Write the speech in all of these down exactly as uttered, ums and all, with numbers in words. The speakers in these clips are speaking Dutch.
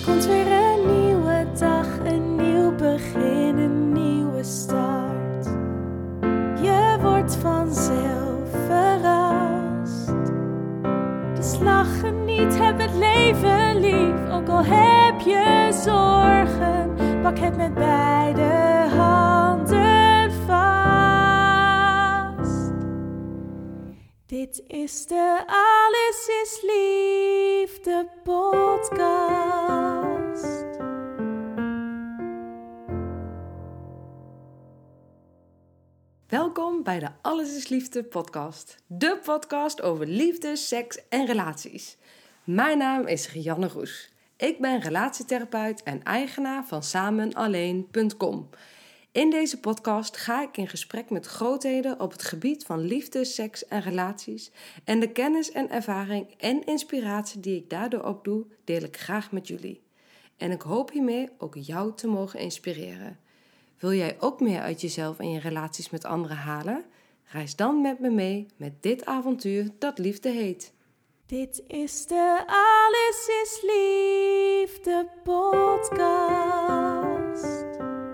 Komt weer een nieuwe dag, een nieuw begin, een nieuwe start. Je wordt vanzelf verrast. Dus lach niet, heb het leven lief. Ook al heb je zorgen, pak het met beide handen vast. Dit is de Alles is Liefde podcast. Welkom bij de Alles is Liefde podcast. De podcast over liefde, seks en relaties. Mijn naam is Rianne Roes. Ik ben relatietherapeut en eigenaar van samen alleen punt com. In deze podcast ga ik in gesprek met grootheden op het gebied van liefde, seks en relaties. En de kennis en ervaring en inspiratie die ik daardoor opdoe, deel ik graag met jullie. En ik hoop hiermee ook jou te mogen inspireren. Wil jij ook meer uit jezelf en je relaties met anderen halen? Reis dan met me mee met dit avontuur dat liefde heet. Dit is de Alles is Liefde podcast.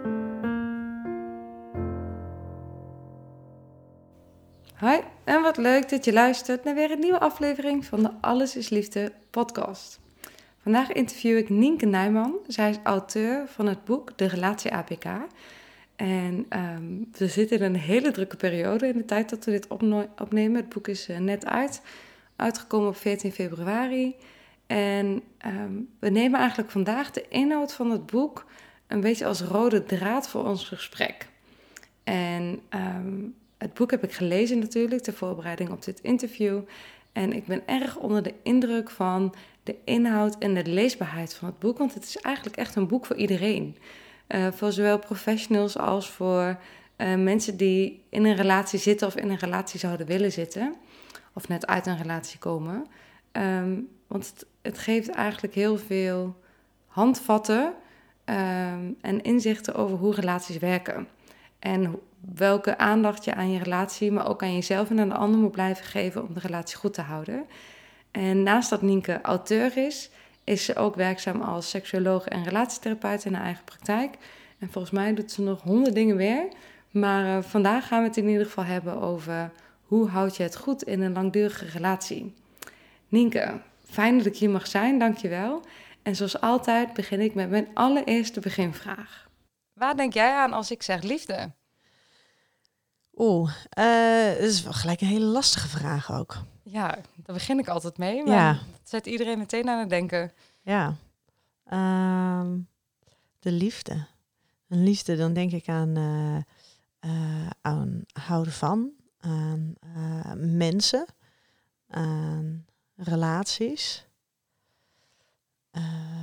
Hoi, en wat leuk dat je luistert naar weer een nieuwe aflevering van de Alles is Liefde podcast. Vandaag interview ik Nienke Nijman. Zij is auteur van het boek De Relatie A P K. En um, we zitten in een hele drukke periode in de tijd dat we dit opno- opnemen. Het boek is uh, net uit, uitgekomen op veertien februari. En um, we nemen eigenlijk vandaag de inhoud van het boek een beetje als rode draad voor ons gesprek. En um, het boek heb ik gelezen natuurlijk ter voorbereiding op dit interview. En ik ben erg onder de indruk van de inhoud en de leesbaarheid van het boek. Want het is eigenlijk echt een boek voor iedereen. Uh, voor zowel professionals als voor uh, mensen die in een relatie zitten of in een relatie zouden willen zitten. Of net uit een relatie komen. Um, want het, het geeft eigenlijk heel veel handvatten um, en inzichten over hoe relaties werken. En welke aandacht je aan je relatie, maar ook aan jezelf en aan de ander moet blijven geven om de relatie goed te houden. En naast dat Nienke auteur is, is ze ook werkzaam als seksuoloog en relatietherapeut in haar eigen praktijk. En volgens mij doet ze nog honderd dingen meer. Maar uh, vandaag gaan we het in ieder geval hebben over hoe houd je het goed in een langdurige relatie. Nienke, fijn dat ik hier mag zijn, dankjewel. En zoals altijd begin ik met mijn allereerste beginvraag. Waar denk jij aan als ik zeg liefde? Oeh, uh, dat is wel gelijk een hele lastige vraag ook. Ja, daar begin ik altijd mee, maar ja. dat zet iedereen meteen aan het denken. Ja, uh, de liefde. Een liefde, dan denk ik aan, uh, uh, aan houden van, aan uh, mensen, aan relaties, uh,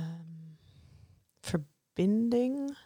verbinding.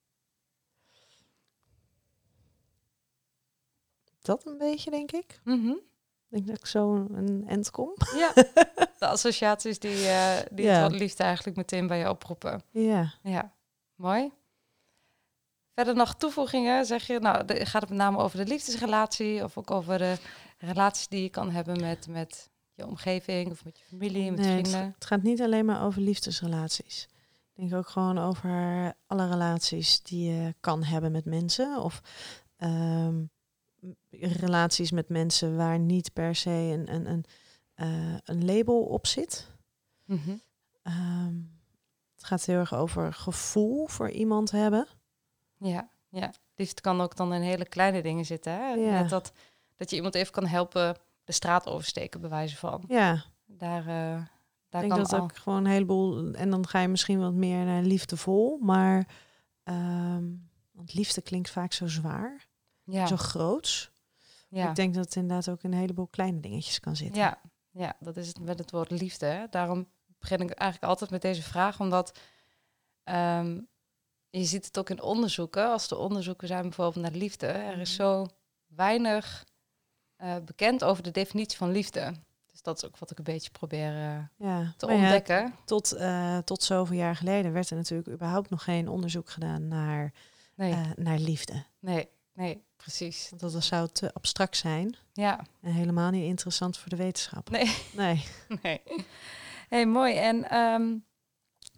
Dat een beetje, denk ik. Mm-hmm. Ik denk dat ik zo een end kom. Ja, de associaties die, uh, die ja. het woord liefde eigenlijk meteen bij je oproepen. Ja. Ja, mooi. Verder nog toevoegingen, zeg je, nou, de, gaat het met name over de liefdesrelatie of ook over de relaties die je kan hebben met, met je omgeving of met je familie, met nee, vrienden? Het, het gaat niet alleen maar over liefdesrelaties. Ik denk ook gewoon over alle relaties die je kan hebben met mensen of um, relaties met mensen waar niet per se een, een, een, uh, een label op zit. Mm-hmm. Um, het gaat heel erg over gevoel voor iemand hebben. Ja, ja. Liefde kan ook dan in hele kleine dingen zitten. Hè? Ja. Net dat, dat je iemand even kan helpen de straat oversteken, bij wijze van. Ja. Daar, uh, daar ik denk kan dat al... ook gewoon een heleboel... En dan ga je misschien wat meer naar liefdevol. Maar um, want liefde klinkt vaak zo zwaar. Ja. Zo groots. Ja. Ik denk dat het inderdaad ook een heleboel kleine dingetjes kan zitten. Ja, ja, dat is het met het woord liefde. Hè? Daarom begin ik eigenlijk altijd met deze vraag, omdat um, je ziet het ook in onderzoeken. Als er onderzoeken zijn bijvoorbeeld naar liefde, er is zo weinig uh, bekend over de definitie van liefde. Dus dat is ook wat ik een beetje probeer uh, ja, te maar ontdekken. Ja, tot, uh, tot zoveel jaar geleden werd er natuurlijk überhaupt nog geen onderzoek gedaan naar, nee. uh, naar liefde. Nee, nee, precies. Want dat zou te abstract zijn. Ja. En helemaal niet interessant voor de wetenschap. Nee. Nee. nee. Hey, mooi. En um,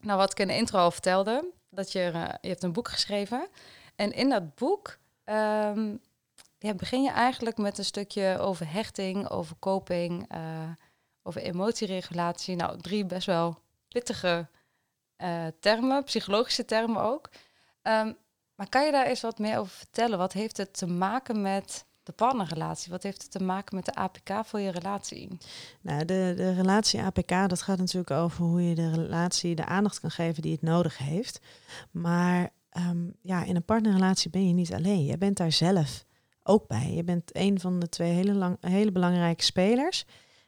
Nou, wat ik in de intro al vertelde, dat je, uh, je hebt een boek geschreven. En in dat boek um, ja, begin je eigenlijk met een stukje over hechting, over coping, uh, over emotieregulatie. Nou, drie best wel pittige uh, termen, psychologische termen ook. Um, maar kan je daar eens wat meer over vertellen? Wat heeft het te maken met de partnerrelatie? Wat heeft het te maken met de A P K voor je relatie? Nou, de, de relatie A P K, dat gaat natuurlijk over hoe je de relatie de aandacht kan geven die het nodig heeft. Maar um, ja, in een partnerrelatie ben je niet alleen. Je bent daar zelf ook bij. Je bent een van de twee hele, lang, hele belangrijke spelers.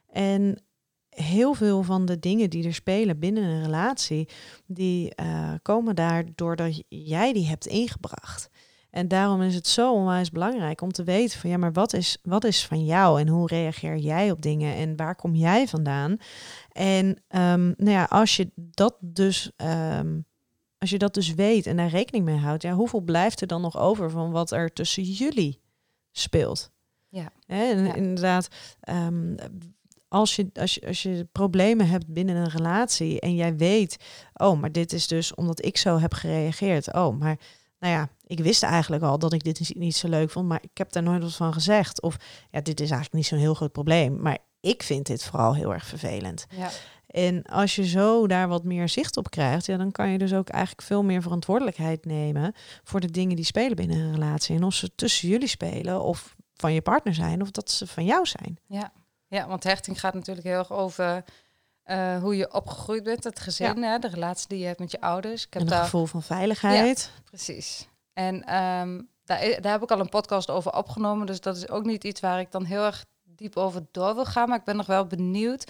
En heel veel van de dingen die er spelen binnen een relatie, die uh, komen daar doordat jij die hebt ingebracht. En daarom is het zo onwijs belangrijk om te weten van ja, maar wat is, wat is van jou en hoe reageer jij op dingen en waar kom jij vandaan? En um, nou ja, als je dat dus um, als je dat dus weet en daar rekening mee houdt, ja, hoeveel blijft er dan nog over van wat er tussen jullie speelt? Ja. Hè, en ja. Inderdaad, um, als je, als je als je problemen hebt binnen een relatie en jij weet, oh, maar dit is dus omdat ik zo heb gereageerd. Oh, maar nou ja, ik wist eigenlijk al dat ik dit niet zo leuk vond, maar ik heb daar nooit wat van gezegd. Of ja, dit is eigenlijk niet zo'n heel groot probleem, maar ik vind dit vooral heel erg vervelend. Ja. En als je zo daar wat meer zicht op krijgt, ja, dan kan je dus ook eigenlijk veel meer verantwoordelijkheid nemen voor de dingen die spelen binnen een relatie. En of ze tussen jullie spelen of van je partner zijn of dat ze van jou zijn. Ja, ja, want hechting gaat natuurlijk heel erg over uh, hoe je opgegroeid bent, het gezin, ja. hè, de relatie die je hebt met je ouders. Ik heb en een daar... gevoel van veiligheid. Ja, precies. En um, daar, daar heb ik al een podcast over opgenomen, dus dat is ook niet iets waar ik dan heel erg diep over door wil gaan. Maar ik ben nog wel benieuwd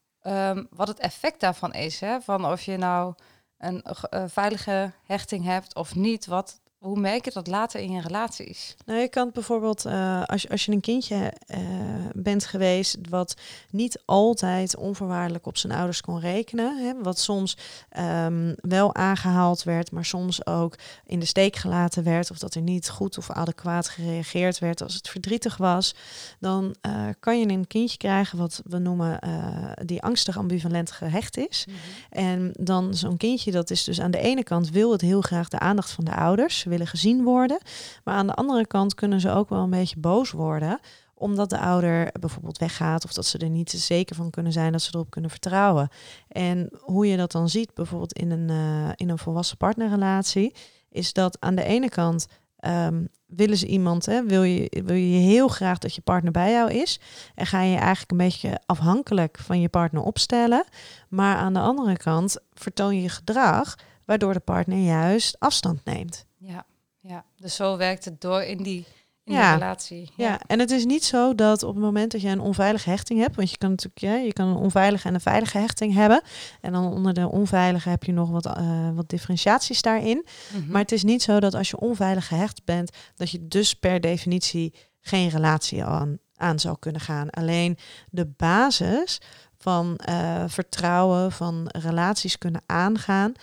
um, wat het effect daarvan is. Hè? Van of je nou een uh, veilige hechting hebt of niet. Wat, hoe merk je dat later in je relaties? Nou, je kan bijvoorbeeld, uh, als, je, als je een kindje uh, bent geweest wat niet altijd onvoorwaardelijk op zijn ouders kon rekenen, hè, wat soms um, wel aangehaald werd, maar soms ook in de steek gelaten werd, of dat er niet goed of adequaat gereageerd werd als het verdrietig was, dan uh, kan je een kindje krijgen wat we noemen uh, die angstig ambivalent gehecht is. Mm-hmm. En dan zo'n kindje, dat is dus aan de ene kant wil het heel graag de aandacht van de ouders, willen gezien worden. Maar aan de andere kant kunnen ze ook wel een beetje boos worden, omdat de ouder bijvoorbeeld weggaat of dat ze er niet zeker van kunnen zijn dat ze erop kunnen vertrouwen. En hoe je dat dan ziet, bijvoorbeeld in een, uh, in een volwassen partnerrelatie, is dat aan de ene kant um, willen ze iemand, hè, wil je, wil je heel graag dat je partner bij jou is en ga je eigenlijk een beetje afhankelijk van je partner opstellen. Maar aan de andere kant vertoon je je gedrag waardoor de partner juist afstand neemt. Ja, ja. Dus zo werkt het door in die, in ja. die relatie. Ja. ja, en het is niet zo dat op het moment dat je een onveilige hechting hebt, want je kan natuurlijk, ja, je kan een onveilige en een veilige hechting hebben. En dan onder de onveilige heb je nog wat, uh, wat differentiaties daarin. Mm-hmm. Maar het is niet zo dat als je onveilig gehecht bent, dat je dus per definitie geen relatie aan, aan zou kunnen gaan. Alleen de basis van uh, vertrouwen, van relaties kunnen aangaan,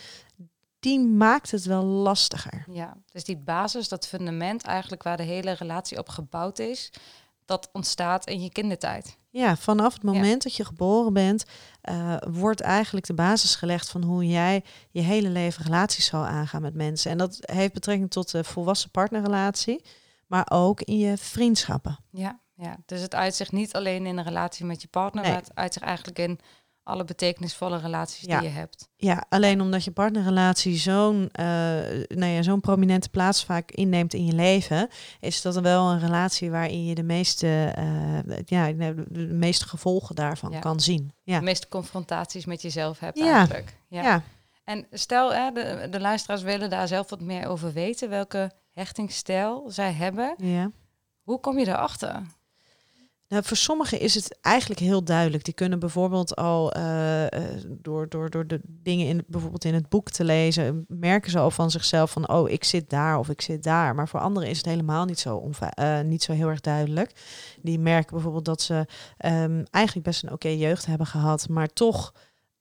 die maakt het wel lastiger. Ja, dus die basis, dat fundament eigenlijk waar de hele relatie op gebouwd is, dat ontstaat in je kindertijd. Ja, vanaf het moment ja. dat je geboren bent, uh, wordt eigenlijk de basis gelegd van hoe jij je hele leven relaties zal aangaan met mensen. En dat heeft betrekking tot de volwassen partnerrelatie, maar ook in je vriendschappen. Ja, ja. Dus het uitzicht niet alleen in een relatie met je partner, nee. maar het uitzicht eigenlijk in alle betekenisvolle relaties ja. die je hebt. Ja, alleen omdat je partnerrelatie zo'n, uh, nou ja, zo'n prominente plaats vaak inneemt in je leven, is dat wel een relatie waarin je de meeste, uh, ja, de, de meeste gevolgen daarvan ja. kan zien. Ja. De meeste confrontaties met jezelf hebt ja. eigenlijk. Ja. ja. En stel, hè, de, de luisteraars willen daar zelf wat meer over weten, welke hechtingsstijl zij hebben. Ja. Hoe kom je daarachter? Nou, voor sommigen is het eigenlijk heel duidelijk. Die kunnen bijvoorbeeld al uh, door, door, door de dingen in, bijvoorbeeld in het boek te lezen, merken ze al van zichzelf van, oh, ik zit daar of ik zit daar. Maar voor anderen is het helemaal niet zo, onve- uh, niet zo heel erg duidelijk. Die merken bijvoorbeeld dat ze um, eigenlijk best een oké jeugd hebben gehad, maar toch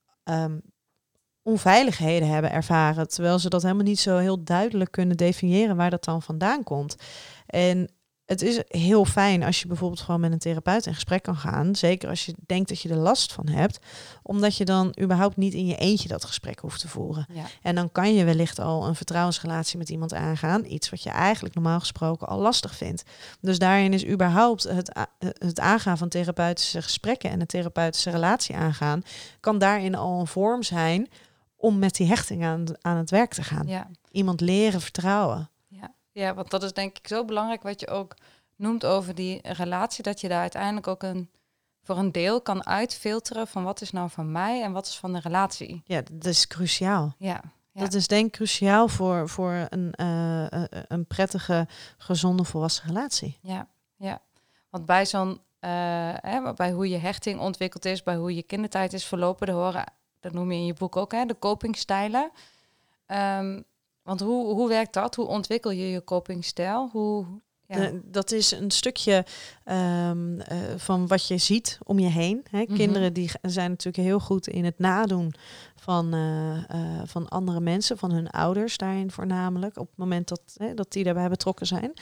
um, onveiligheden hebben ervaren, terwijl ze dat helemaal niet zo heel duidelijk kunnen definiëren waar dat dan vandaan komt. En het is heel fijn als je bijvoorbeeld gewoon met een therapeut in gesprek kan gaan. Zeker als je denkt dat je er last van hebt. Omdat je dan überhaupt niet in je eentje dat gesprek hoeft te voeren. Ja. En dan kan je wellicht al een vertrouwensrelatie met iemand aangaan. Iets wat je eigenlijk normaal gesproken al lastig vindt. Dus daarin is überhaupt het, a- het aangaan van therapeutische gesprekken en een therapeutische relatie aangaan, kan daarin al een vorm zijn om met die hechting aan, aan het werk te gaan. Ja. Iemand leren vertrouwen. Ja. ja, want dat is denk ik zo belangrijk wat je ook noemt over die relatie, dat je daar uiteindelijk ook een voor een deel kan uitfilteren van wat is nou van mij en wat is van de relatie. Ja, dat is cruciaal. Ja, ja. Dat is denk ik cruciaal voor, voor een, uh, een prettige, gezonde, volwassen relatie. Ja, ja. Want bij zo'n, uh, hè, bij hoe je hechting ontwikkeld is, bij hoe je kindertijd is verlopen, de horen, dat noem je in je boek ook, hè, de copingstijlen. Um, want hoe, hoe werkt dat? Hoe ontwikkel je je copingstijl? Hoe, ja. de, dat is een stukje um, uh, van wat je ziet om je heen. Hè. Mm-hmm. Kinderen die zijn natuurlijk heel goed in het nadoen van, uh, uh, van andere mensen, van hun ouders daarin voornamelijk, op het moment dat, hè, dat die daarbij betrokken zijn.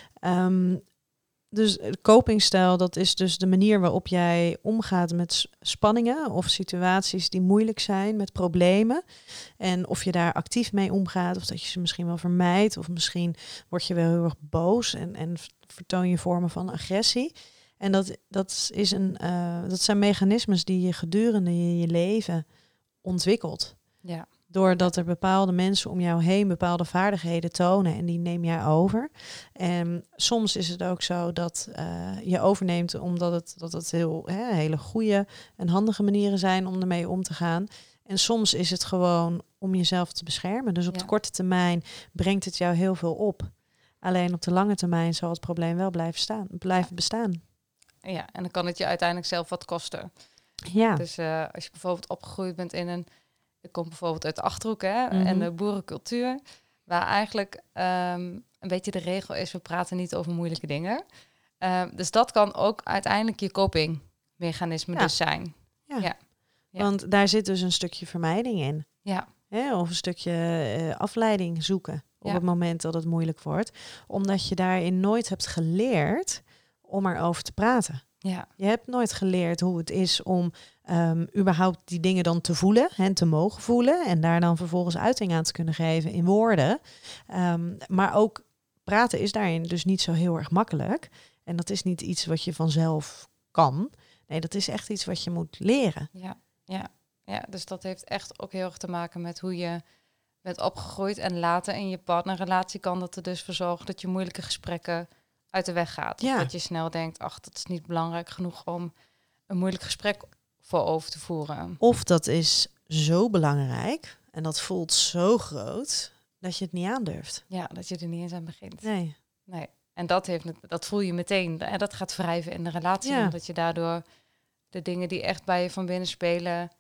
Um, Dus de copingstijl, dat is dus de manier waarop jij omgaat met spanningen of situaties die moeilijk zijn, met problemen. En of je daar actief mee omgaat, of dat je ze misschien wel vermijdt, of misschien word je wel heel erg boos en, en vertoon je vormen van agressie. En dat, dat, is een, uh, dat zijn mechanismes die je gedurende je, je leven ontwikkelt. Ja. Doordat er bepaalde mensen om jou heen bepaalde vaardigheden tonen en die neem jij over. En soms is het ook zo dat uh, je overneemt omdat het, dat het heel, hè, hele goede en handige manieren zijn om ermee om te gaan. En soms is het gewoon om jezelf te beschermen. Dus op Ja. de korte termijn brengt het jou heel veel op. Alleen op de lange termijn zal het probleem wel blijven, staan, blijven bestaan. Ja, en dan kan het je uiteindelijk zelf wat kosten. Ja. Dus uh, als je bijvoorbeeld opgegroeid bent in een... Ik kom bijvoorbeeld uit de Achterhoek, hè, Mm-hmm. en de boerencultuur, waar eigenlijk um, een beetje de regel is, we praten niet over moeilijke dingen. Uh, dus dat kan ook uiteindelijk je copingmechanisme Ja. dus zijn. Ja. Ja. Ja. Want daar zit dus een stukje vermijding in. Ja, Hè, of een stukje uh, afleiding zoeken op Ja. het moment dat het moeilijk wordt. Omdat je daarin nooit hebt geleerd om erover te praten. ja, Je hebt nooit geleerd hoe het is om um, überhaupt die dingen dan te voelen en te mogen voelen. En daar dan vervolgens uiting aan te kunnen geven in woorden. Um, maar ook praten is daarin dus niet zo heel erg makkelijk. En dat is niet iets wat je vanzelf kan. Nee, dat is echt iets wat je moet leren. ja, ja, ja. Dus dat heeft echt ook heel erg te maken met hoe je bent opgegroeid. En later in je partnerrelatie kan dat er dus voor zorgen dat je moeilijke gesprekken uit de weg gaat. Ja. Of dat je snel denkt, ach, dat is niet belangrijk genoeg om een moeilijk gesprek voor over te voeren. Of dat is zo belangrijk en dat voelt zo groot dat je het niet aandurft. Ja, dat je er niet eens aan begint. Nee. Nee. En dat, heeft, dat voel je meteen. En dat gaat wrijven in de relatie. Ja. Omdat je daardoor de dingen die echt bij je van binnen spelen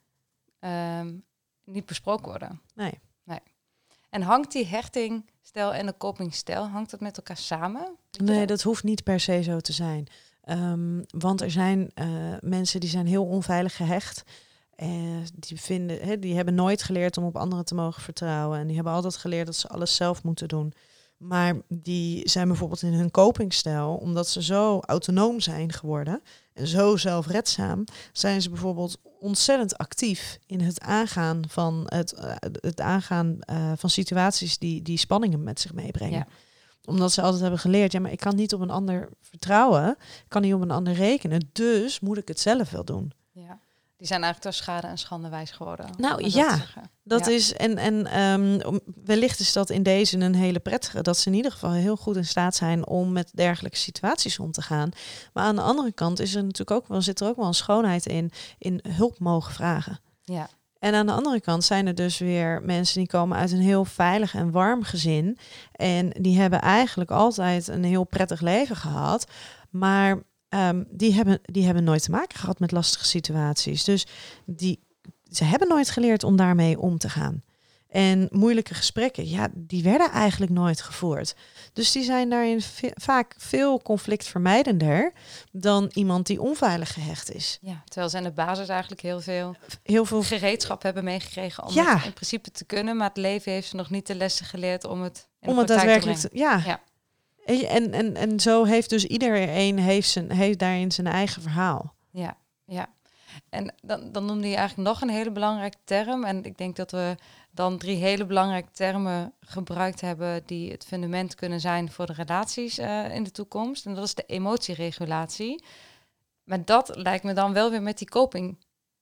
um, niet besproken worden. Nee. nee. En hangt die hechtingstijl en de copingstijl, hangt dat met elkaar samen? Nee, dat hoeft niet per se zo te zijn. Um, want er zijn uh, mensen die zijn heel onveilig gehecht. Uh, die, vinden, he, die hebben nooit geleerd om op anderen te mogen vertrouwen. En die hebben altijd geleerd dat ze alles zelf moeten doen. Maar die zijn bijvoorbeeld in hun copingstijl, omdat ze zo autonoom zijn geworden en zo zelfredzaam, zijn ze bijvoorbeeld ontzettend actief in het aangaan van, het, uh, het aangaan, uh, van situaties die, die spanningen met zich meebrengen. Ja. Omdat ze altijd hebben geleerd, ja, maar ik kan niet op een ander vertrouwen, ik kan niet op een ander rekenen, dus moet ik het zelf wel doen. Ja. Die zijn eigenlijk door schade en schande wijs geworden. Nou ja, dat ja. is, en, en um, wellicht is dat in deze een hele prettige, dat ze in ieder geval heel goed in staat zijn om met dergelijke situaties om te gaan. Maar aan de andere kant is er natuurlijk ook wel, zit er ook wel een schoonheid in, in hulp mogen vragen. Ja. En aan de andere kant zijn er dus weer mensen die komen uit een heel veilig en warm gezin. En die hebben eigenlijk altijd een heel prettig leven gehad. Maar um, die, hebben, die hebben nooit te maken gehad met lastige situaties. Dus die, ze hebben nooit geleerd om daarmee om te gaan. En moeilijke gesprekken, ja, die werden eigenlijk nooit gevoerd. Dus die zijn daarin ve- vaak veel conflictvermijdender dan iemand die onveilig gehecht is. Ja, terwijl ze in de basis eigenlijk heel veel, heel veel gereedschap hebben meegekregen om ja. het in principe te kunnen. Maar het leven heeft ze nog niet de lessen geleerd om het in om de het praktijk daadwerkelijk te te, ja. ja. En, en, en, en zo heeft dus iedereen heeft, zijn, heeft daarin zijn eigen verhaal. Ja, ja. En dan, dan noemde je eigenlijk nog een hele belangrijke term. En ik denk dat we dan drie hele belangrijke termen gebruikt hebben die het fundament kunnen zijn voor de relaties uh, in de toekomst. En dat is de emotieregulatie. Maar dat lijkt me dan wel weer met die coping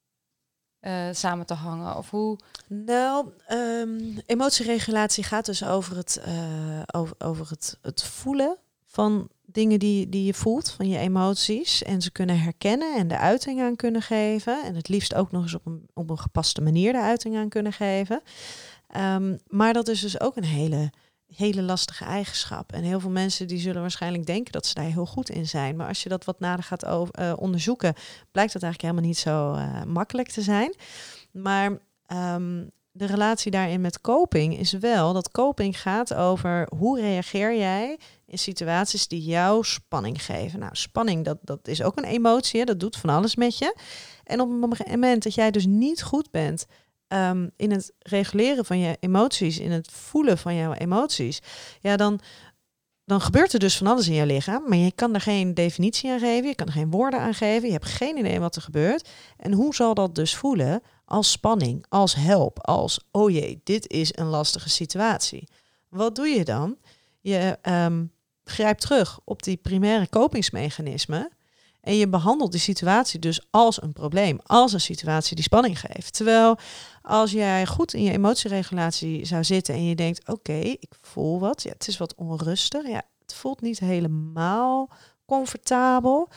uh, samen te hangen. Of hoe? Nou, um, emotieregulatie gaat dus over het, uh, over, over het, het voelen van dingen die, die je voelt, van je emoties. En ze kunnen herkennen en de uiting aan kunnen geven. En het liefst ook nog eens op een, op een gepaste manier de uiting aan kunnen geven. Um, maar dat is dus ook een hele, hele lastige eigenschap. En heel veel mensen die zullen waarschijnlijk denken dat ze daar heel goed in zijn. Maar als je dat wat nader gaat over, uh, onderzoeken, blijkt dat eigenlijk helemaal niet zo uh, makkelijk te zijn. Maar um, de relatie daarin met coping is wel dat coping gaat over hoe reageer jij in situaties die jou spanning geven. Nou, spanning, dat, dat is ook een emotie, hè? Dat doet van alles met je. En op het moment dat jij dus niet goed bent um, in het reguleren van je emoties, in het voelen van jouw emoties, ja, dan, dan gebeurt er dus van alles in je lichaam, maar je kan er geen definitie aan geven, je kan er geen woorden aan geven, je hebt geen idee wat er gebeurt. En hoe zal dat dus voelen? Als spanning, als help, als oh jee, dit is een lastige situatie. Wat doe je dan? Je um, grijpt terug op die primaire kopingsmechanismen en je behandelt die situatie dus als een probleem, als een situatie die spanning geeft. Terwijl als jij goed in je emotieregulatie zou zitten en je denkt, oké, okay, ik voel wat, ja, het is wat onrustig, ja, het voelt niet helemaal comfortabel.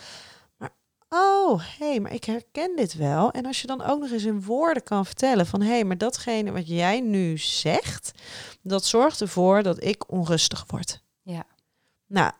Oh, hé, hey, maar ik herken dit wel. En als je dan ook nog eens in woorden kan vertellen van, hé, hey, maar datgene wat jij nu zegt, dat zorgt ervoor dat ik onrustig word. Ja. Nou,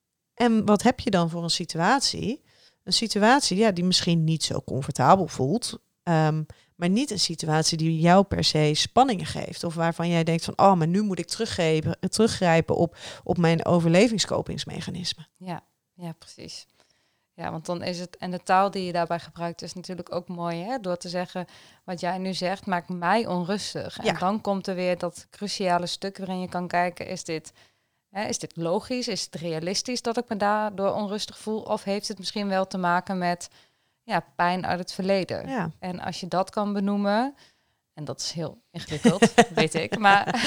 en wat heb je dan voor een situatie? Een situatie ja, die misschien niet zo comfortabel voelt, um, maar niet een situatie die jou per se spanningen geeft. Of waarvan jij denkt van, oh, maar nu moet ik teruggrijpen, teruggrijpen op, op mijn overlevingskopingsmechanisme. Ja, ja, precies. Ja, want dan is het, en de taal die je daarbij gebruikt is natuurlijk ook mooi, hè? Door te zeggen, wat jij nu zegt, maakt mij onrustig. En ja. dan komt er weer dat cruciale stuk waarin je kan kijken, is dit, hè, is dit logisch? Is het realistisch dat ik me daardoor onrustig voel? Of heeft het misschien wel te maken met ja, pijn uit het verleden? Ja. En als je dat kan benoemen, en dat is heel ingewikkeld, weet ik, maar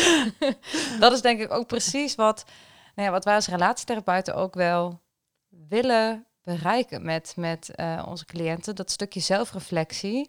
dat is denk ik ook precies wat, nou ja, wat wij als relatietherapeuten ook wel willen bereiken met, met uh, onze cliënten, dat stukje zelfreflectie,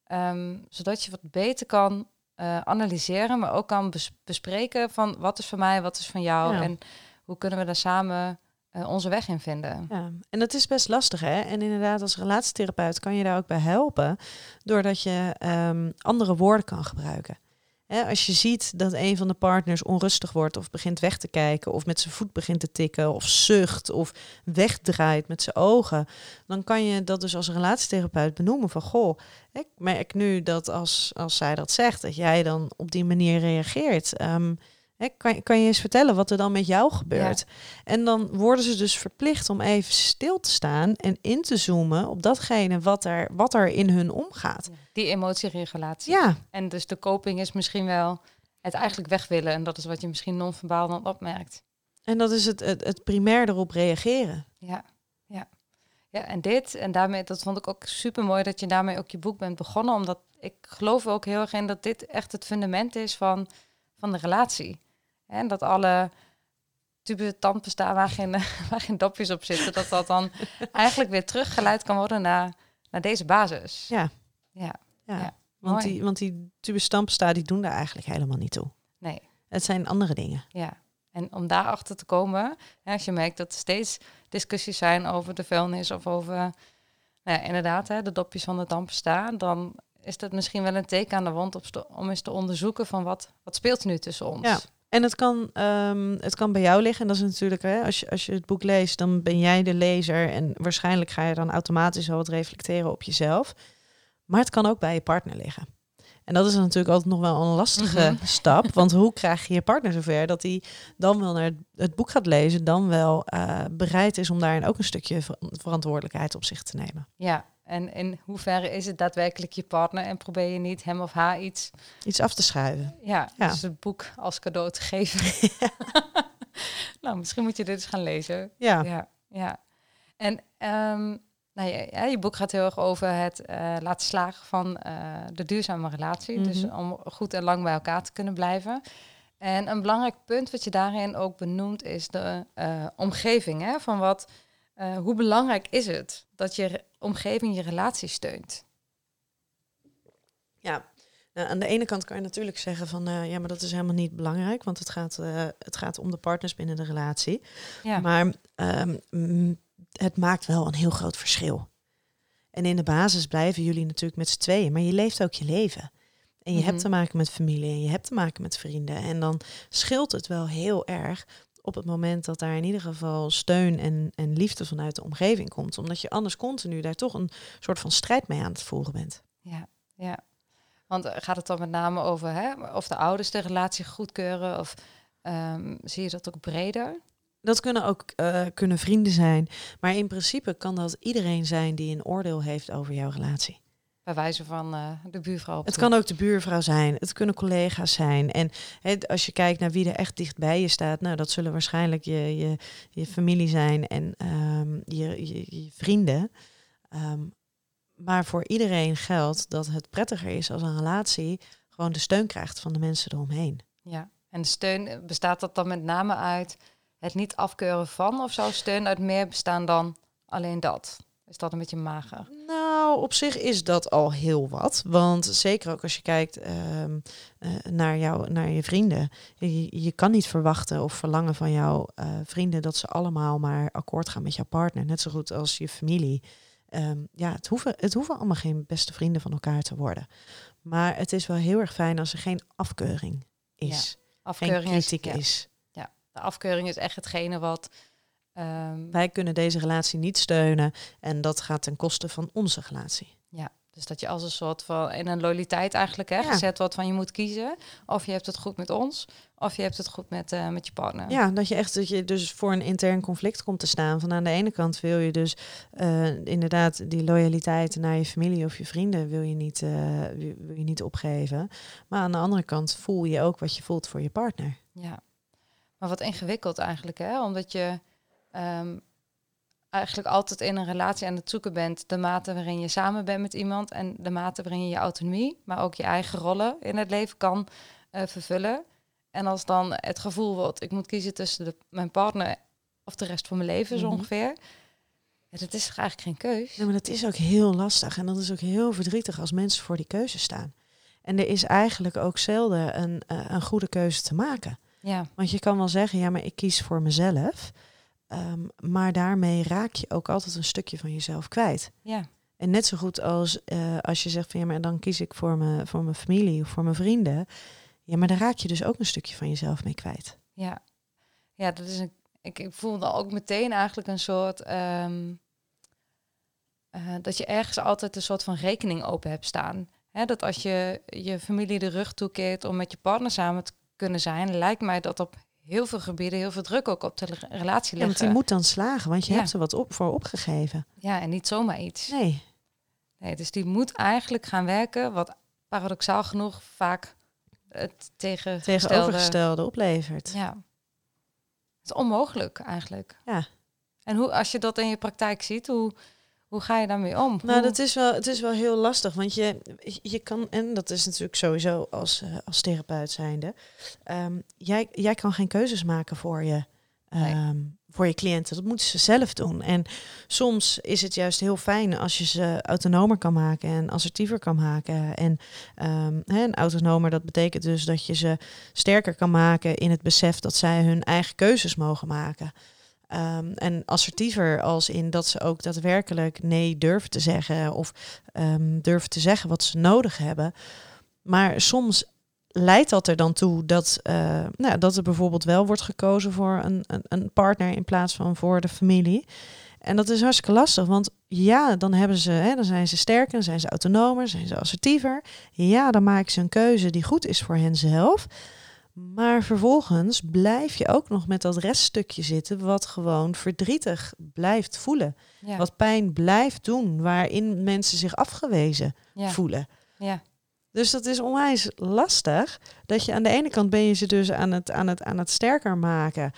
um, zodat je wat beter kan uh, analyseren, maar ook kan bes- bespreken van wat is van mij, wat is van jou ja. en hoe kunnen we daar samen uh, onze weg in vinden. Ja, en dat is best lastig, hè? En inderdaad, als relatietherapeut kan je daar ook bij helpen, doordat je um, andere woorden kan gebruiken. Hè, als je ziet dat een van de partners onrustig wordt of begint weg te kijken of met zijn voet begint te tikken of zucht of wegdraait met zijn ogen, dan kan je dat dus als relatietherapeut benoemen van, goh, ik merk nu dat als, als zij dat zegt, dat jij dan op die manier reageert. Um, hè, kan, kan je eens vertellen wat er dan met jou gebeurt? Ja. En dan worden ze dus verplicht om even stil te staan en in te zoomen op datgene wat er, wat er in hun omgaat. Ja. Die emotieregulatie. Ja. En dus de coping is misschien wel het eigenlijk weg willen. En dat is wat je misschien non-verbaal dan opmerkt. En dat is het, het, het primair erop reageren. Ja, ja. Ja, en dit, en daarmee, dat vond ik ook super mooi dat je daarmee ook je boek bent begonnen. Omdat ik geloof ook heel erg in dat dit echt het fundament is van, van de relatie. En dat alle tube tandpasta waar geen, waar geen dopjes op zitten, dat dat dan eigenlijk weer teruggeleid kan worden naar, naar deze basis. Ja. Ja, ja. ja want, die, want die tube tandpasta, die doen daar eigenlijk helemaal niet toe. Nee. Het zijn andere dingen. Ja. En om daarachter te komen, hè, als je merkt dat er steeds discussies zijn over de vuilnis of over, nou ja, inderdaad, hè, de dopjes van de tandpasta, dan is dat misschien wel een teken aan de wand op sto- om eens te onderzoeken van wat, wat speelt er nu tussen ons. Ja. En het kan, um, het kan bij jou liggen. En dat is natuurlijk, hè, als je, als je het boek leest, dan ben jij de lezer. En waarschijnlijk ga je dan automatisch wel wat reflecteren op jezelf. Maar het kan ook bij je partner liggen. En dat is natuurlijk altijd nog wel een lastige mm-hmm. stap. Want hoe krijg je je partner zover dat hij dan wel naar het boek gaat lezen, dan wel uh, bereid is om daarin ook een stukje ver- verantwoordelijkheid op zich te nemen. Ja, en in hoeverre is het daadwerkelijk je partner en probeer je niet hem of haar iets... Iets af te schuiven. Ja, ja. dus het boek als cadeau te geven. Ja. Nou, misschien moet je dit eens gaan lezen. Ja. Ja, ja. En um, nou ja, ja, je boek gaat heel erg over het uh, laten slagen van uh, de duurzame relatie. Mm-hmm. Dus om goed en lang bij elkaar te kunnen blijven. En een belangrijk punt wat je daarin ook benoemt is de uh, omgeving. Hè? Van wat, uh, hoe belangrijk is het dat je re- omgeving je relatie steunt? Ja, nou, aan de ene kant kan je natuurlijk zeggen van uh, ja, maar dat is helemaal niet belangrijk, want het gaat, uh, het gaat om de partners binnen de relatie. Ja. Maar um, het maakt wel een heel groot verschil. En in de basis blijven jullie natuurlijk met z'n tweeën, maar je leeft ook je leven. En je mm-hmm. hebt te maken met familie en je hebt te maken met vrienden. En dan scheelt het wel heel erg op het moment dat daar in ieder geval steun en, en liefde vanuit de omgeving komt. Omdat je anders continu daar toch een soort van strijd mee aan het voeren bent. Ja, ja. Want gaat het dan met name over hè, of de ouders de relatie goedkeuren? Of um, zie je dat ook breder? Dat kunnen ook uh, kunnen vrienden zijn. Maar in principe kan dat iedereen zijn die een oordeel heeft over jouw relatie. Bij wijze van uh, de buurvrouw. Het kan ook de buurvrouw zijn. Het kunnen collega's zijn. En he, als je kijkt naar wie er echt dicht bij je staat, nou, dat zullen waarschijnlijk je, je, je familie zijn en um, je, je, je vrienden. Um, maar voor iedereen geldt dat het prettiger is als een relatie gewoon de steun krijgt van de mensen eromheen. Ja, en de steun, bestaat dat dan met name uit het niet afkeuren van, of zou steun uit meer bestaan dan alleen dat? Is dat een beetje mager? Nou, op zich is dat al heel wat. Want zeker ook als je kijkt um, uh, naar, jou, naar je vrienden. Je, je kan niet verwachten of verlangen van jouw uh, vrienden dat ze allemaal maar akkoord gaan met jouw partner. Net zo goed als je familie. Um, ja, het hoeven, het hoeven allemaal geen beste vrienden van elkaar te worden. Maar het is wel heel erg fijn als er geen afkeuring is. Ja, afkeuring geen kritiek is, ja. is. Ja, de afkeuring is echt hetgene wat... Um, Wij kunnen deze relatie niet steunen en dat gaat ten koste van onze relatie. Ja, dus dat je als een soort van in een loyaliteit eigenlijk hè, ja. gezet wordt van je moet kiezen. Of je hebt het goed met ons, of je hebt het goed met, uh, met je partner. Ja, dat je echt dat je dus voor een intern conflict komt te staan. Van aan de ene kant wil je dus uh, inderdaad die loyaliteit naar je familie of je vrienden wil je, niet, uh, wil je niet opgeven. Maar aan de andere kant voel je ook wat je voelt voor je partner. Ja, maar wat ingewikkeld eigenlijk hè, omdat je... Um, eigenlijk altijd in een relatie aan het zoeken bent de mate waarin je samen bent met iemand en de mate waarin je je autonomie, maar ook je eigen rollen in het leven kan uh, vervullen. En als dan het gevoel wordt, ik moet kiezen tussen de, mijn partner of de rest van mijn leven mm-hmm. zo ongeveer. Ja, dat is eigenlijk geen keus. Nee, maar dat is ook heel lastig en dat is ook heel verdrietig als mensen voor die keuze staan. En er is eigenlijk ook zelden een, uh, een goede keuze te maken. Ja. Want je kan wel zeggen, ja, maar ik kies voor mezelf. Um, maar daarmee raak je ook altijd een stukje van jezelf kwijt. Ja. En net zo goed als uh, als je zegt van ja, maar dan kies ik voor mijn voor mijn familie of voor mijn vrienden. Ja, maar daar raak je dus ook een stukje van jezelf mee kwijt. Ja, ja, dat is een. Ik, ik voelde ook meteen eigenlijk een soort um, uh, dat je ergens altijd een soort van rekening open hebt staan. Hè, dat als je je familie de rug toekeert om met je partner samen te kunnen zijn, lijkt mij dat op heel veel gebieden heel veel druk ook op de relatie leggen. Ja, want die moet dan slagen, want je ja. hebt er wat op voor opgegeven. Ja, en niet zomaar iets. Nee. Nee, dus die moet eigenlijk gaan werken, wat paradoxaal genoeg vaak het tegengestelde... tegenovergestelde oplevert. Ja. Het is onmogelijk eigenlijk. Ja. En hoe, als je dat in je praktijk ziet, hoe... Hoe ga je daarmee om? Nou, Hoe... dat is wel, het is wel heel lastig, want je, je kan, en dat is natuurlijk sowieso als, uh, als therapeut zijnde, um, jij, jij kan geen keuzes maken voor je, um, nee. voor je cliënten. Dat moeten ze zelf doen. En soms is het juist heel fijn als je ze autonomer kan maken en assertiever kan maken. En um, hè, een autonomer, dat betekent dus dat je ze sterker kan maken in het besef dat zij hun eigen keuzes mogen maken. Um, en assertiever als in dat ze ook daadwerkelijk nee durven te zeggen of um, durven te zeggen wat ze nodig hebben. Maar soms leidt dat er dan toe dat, uh, nou, dat er bijvoorbeeld wel wordt gekozen voor een, een, een partner in plaats van voor de familie. En dat is hartstikke lastig, want ja, dan hebben ze, hè, dan zijn ze sterker, dan zijn ze autonomer, zijn ze assertiever. Ja, dan maken ze een keuze die goed is voor henzelf. Maar vervolgens blijf je ook nog met dat reststukje zitten wat gewoon verdrietig blijft voelen. Ja. Wat pijn blijft doen, waarin mensen zich afgewezen ja. voelen. Ja. Dus dat is onwijs lastig. Dat je aan de ene kant ben je ze dus aan het, aan het, aan het sterker maken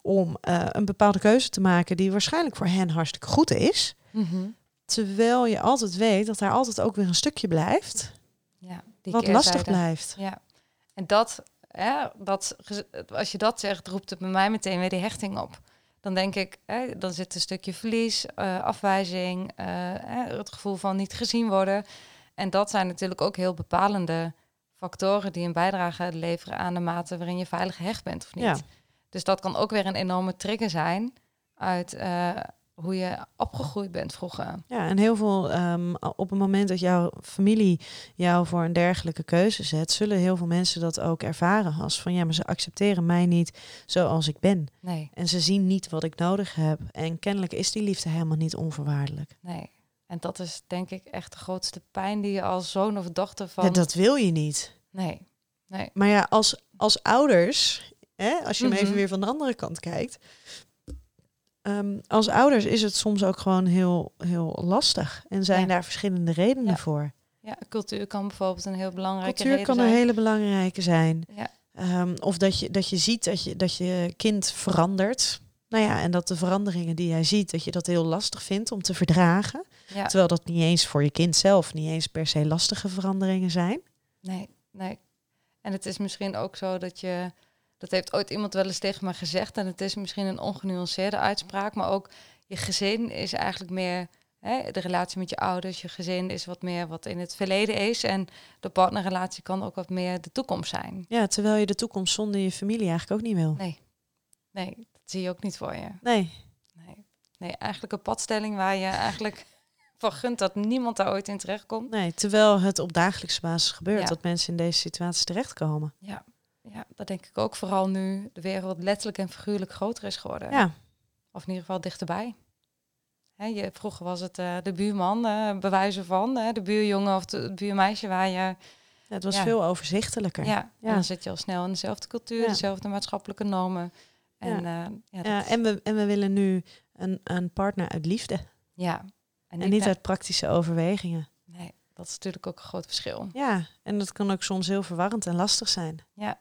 om uh, een bepaalde keuze te maken die waarschijnlijk voor hen hartstikke goed is. Mm-hmm. Terwijl je altijd weet dat daar altijd ook weer een stukje blijft. Ja, die wat keerzijde. lastig blijft. Ja, en dat, hè, dat, als je dat zegt, roept het bij mij meteen weer die hechting op. Dan denk ik, hè, dan zit een stukje verlies, uh, afwijzing, uh, hè, het gevoel van niet gezien worden. En dat zijn natuurlijk ook heel bepalende factoren die een bijdrage leveren aan de mate waarin je veilig gehecht bent of niet. Ja. Dus dat kan ook weer een enorme trigger zijn uit uh, hoe je opgegroeid bent vroeger. Ja, en heel veel um, op het moment dat jouw familie jou voor een dergelijke keuze zet, zullen heel veel mensen dat ook ervaren als van ja, maar ze accepteren mij niet zoals ik ben. Nee. En ze zien niet wat ik nodig heb. En kennelijk is die liefde helemaal niet onvoorwaardelijk. Nee. En dat is denk ik echt de grootste pijn die je als zoon of dochter van... Ja, dat wil je niet. Nee. Nee. Maar ja, als, als ouders, hè, als je Mm-hmm. hem even weer van de andere kant kijkt. Um, als ouders is het soms ook gewoon heel, heel lastig. En zijn Ja. daar verschillende redenen Ja. voor. Ja, cultuur kan bijvoorbeeld een heel belangrijke Cultuur reden kan zijn. een hele belangrijke zijn. Ja. Um, of dat je, dat je ziet dat je, dat je kind verandert. Nou ja, en dat de veranderingen die jij ziet, dat je dat heel lastig vindt om te verdragen. Ja. Terwijl dat niet eens voor je kind zelf niet eens per se lastige veranderingen zijn. Nee, nee. En het is misschien ook zo dat je... Dat heeft ooit iemand wel eens tegen me gezegd. En het is misschien een ongenuanceerde uitspraak. Maar ook je gezin is eigenlijk meer... Hè, de relatie met je ouders, je gezin is wat meer wat in het verleden is. En de partnerrelatie kan ook wat meer de toekomst zijn. Ja, terwijl je de toekomst zonder je familie eigenlijk ook niet wil. Nee, nee, dat zie je ook niet voor je. Nee. Nee, nee eigenlijk een padstelling waar je eigenlijk van gunt dat niemand daar ooit in terechtkomt. Nee, terwijl het op dagelijkse basis gebeurt. Ja. Dat mensen in deze situaties terechtkomen. Ja, ja, dat denk ik ook. Vooral nu de wereld letterlijk en figuurlijk groter is geworden. Ja. Of in ieder geval dichterbij. Hè, je, vroeger was het uh, de buurman, uh, bewijzen van, uh, de buurjongen of de, het buurmeisje waar je... Ja, het was ja. veel overzichtelijker. Ja, Ja. en dan zit je al snel in dezelfde cultuur, Ja. dezelfde maatschappelijke normen. En, Ja. uh, ja, dat Ja, is- en, we, en we willen nu een, een partner uit liefde. ja. En niet naar- uit praktische overwegingen. Nee, dat is natuurlijk ook een groot verschil. Ja, en dat kan ook soms heel verwarrend en lastig zijn. Ja.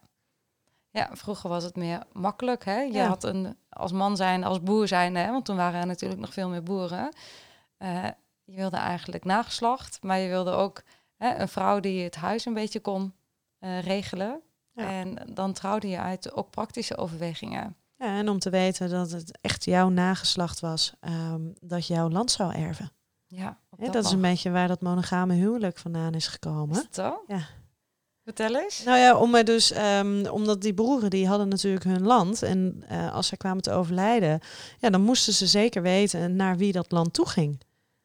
Ja, vroeger was het meer makkelijk. Hè? Je Ja. had een, als man zijn, als boer zijn, hè? Want toen waren er natuurlijk nog veel meer boeren. Uh, je wilde eigenlijk nageslacht, maar je wilde ook hè, een vrouw die het huis een beetje kon uh, regelen. Ja. En dan trouwde je uit ook praktische overwegingen. Ja, en om te weten dat het echt jouw nageslacht was, um, dat jouw land zou erven. Ja, op Hè, dat is een mag. beetje waar dat monogame huwelijk vandaan is gekomen. Is het zo? Ja. Vertel eens. Nou ja, om er dus, um, omdat die broeren die hadden natuurlijk hun land. En uh, als zij kwamen te overlijden, ja, dan moesten ze zeker weten naar wie dat land toe ging.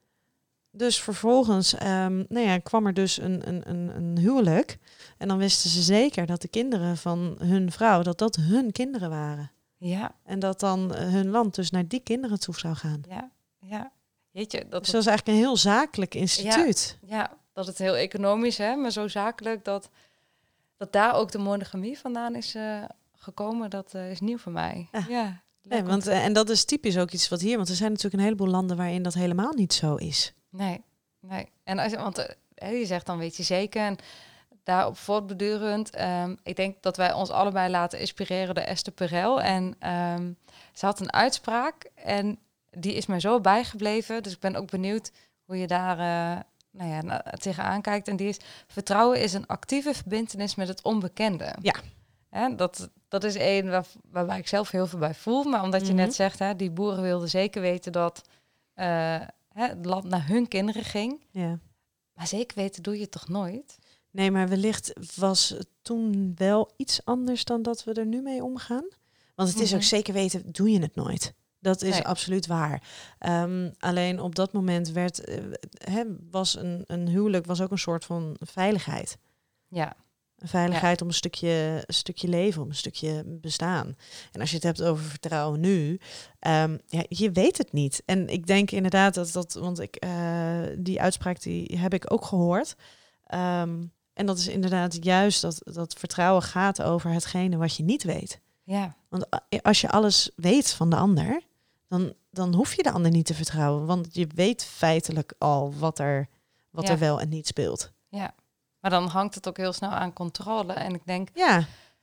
Dus vervolgens um, nou ja, kwam er dus een, een, een, een huwelijk. En dan wisten ze zeker dat de kinderen van hun vrouw, dat dat hun kinderen waren. Ja, En dat dan uh, hun land dus naar die kinderen toe zou gaan. ja, ja. Jeetje, dat Dus dat is eigenlijk een heel zakelijk instituut. Ja, dat het heel economisch, hè, maar zo zakelijk dat, dat daar ook de monogamie vandaan is uh, gekomen, dat uh, is nieuw voor mij. Ja. Ja, Nee, want, uh, en dat is typisch ook iets wat hier, want er zijn natuurlijk een heleboel landen waarin dat helemaal niet zo is. Nee, nee. En als, want uh, je zegt dan weet je zeker, en daarop voortbedurend, um, ik denk dat wij ons allebei laten inspireren door Esther Perel. En um, ze had een uitspraak en die is mij zo bijgebleven, dus ik ben ook benieuwd hoe je daar uh, nou ja, na, tegenaan kijkt. En die is, vertrouwen is een actieve verbintenis met het onbekende. Ja. Hè, dat, dat is één waar, waarbij ik zelf heel veel bij voel. Maar omdat je Mm-hmm. net zegt, hè, die boeren wilden zeker weten dat uh, hè, het land naar hun kinderen ging. Ja. Maar zeker weten doe je het toch nooit? Nee, maar wellicht was het toen wel iets anders dan dat we er nu mee omgaan. Want het is Mm-hmm. ook zeker weten, doe je het nooit. Dat is Nee. absoluut waar. Um, alleen op dat moment werd, uh, he, was een, een huwelijk was ook een soort van veiligheid. Ja. Een veiligheid om een stukje, een stukje leven, om een stukje bestaan. En als je het hebt over vertrouwen nu, um, ja, je weet het niet. En ik denk inderdaad dat dat, want ik uh, die uitspraak die heb ik ook gehoord. Um, en dat is inderdaad juist dat, dat vertrouwen gaat over hetgene wat je niet weet. Ja. Want als je alles weet van de ander, dan, dan hoef je de ander niet te vertrouwen. Want je weet feitelijk al wat er, wat Ja. er wel en niet speelt. Ja. Maar dan hangt het ook heel snel aan controle. En ik denk, Ja,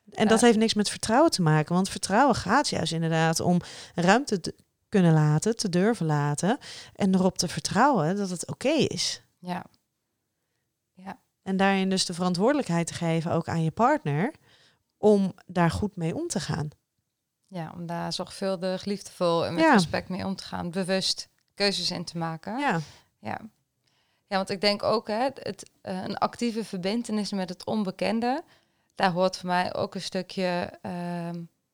En uh, dat heeft niks met vertrouwen te maken. Want vertrouwen gaat juist inderdaad om ruimte te kunnen laten, te durven laten. En erop te vertrouwen dat het oké okay is. Ja. Ja. En daarin dus de verantwoordelijkheid te geven ook aan je partner om daar goed mee om te gaan. Ja, om daar zorgvuldig, liefdevol en met ja. respect mee om te gaan. Bewust keuzes in te maken. Ja. Ja, ja want ik denk ook, hè, het, uh, een actieve verbintenis met het onbekende. Daar hoort voor mij ook een stukje uh,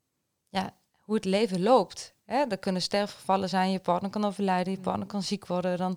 ja, hoe het leven loopt. Hè? Er kunnen sterfgevallen zijn, je partner kan overlijden, je partner kan ziek worden. Dan,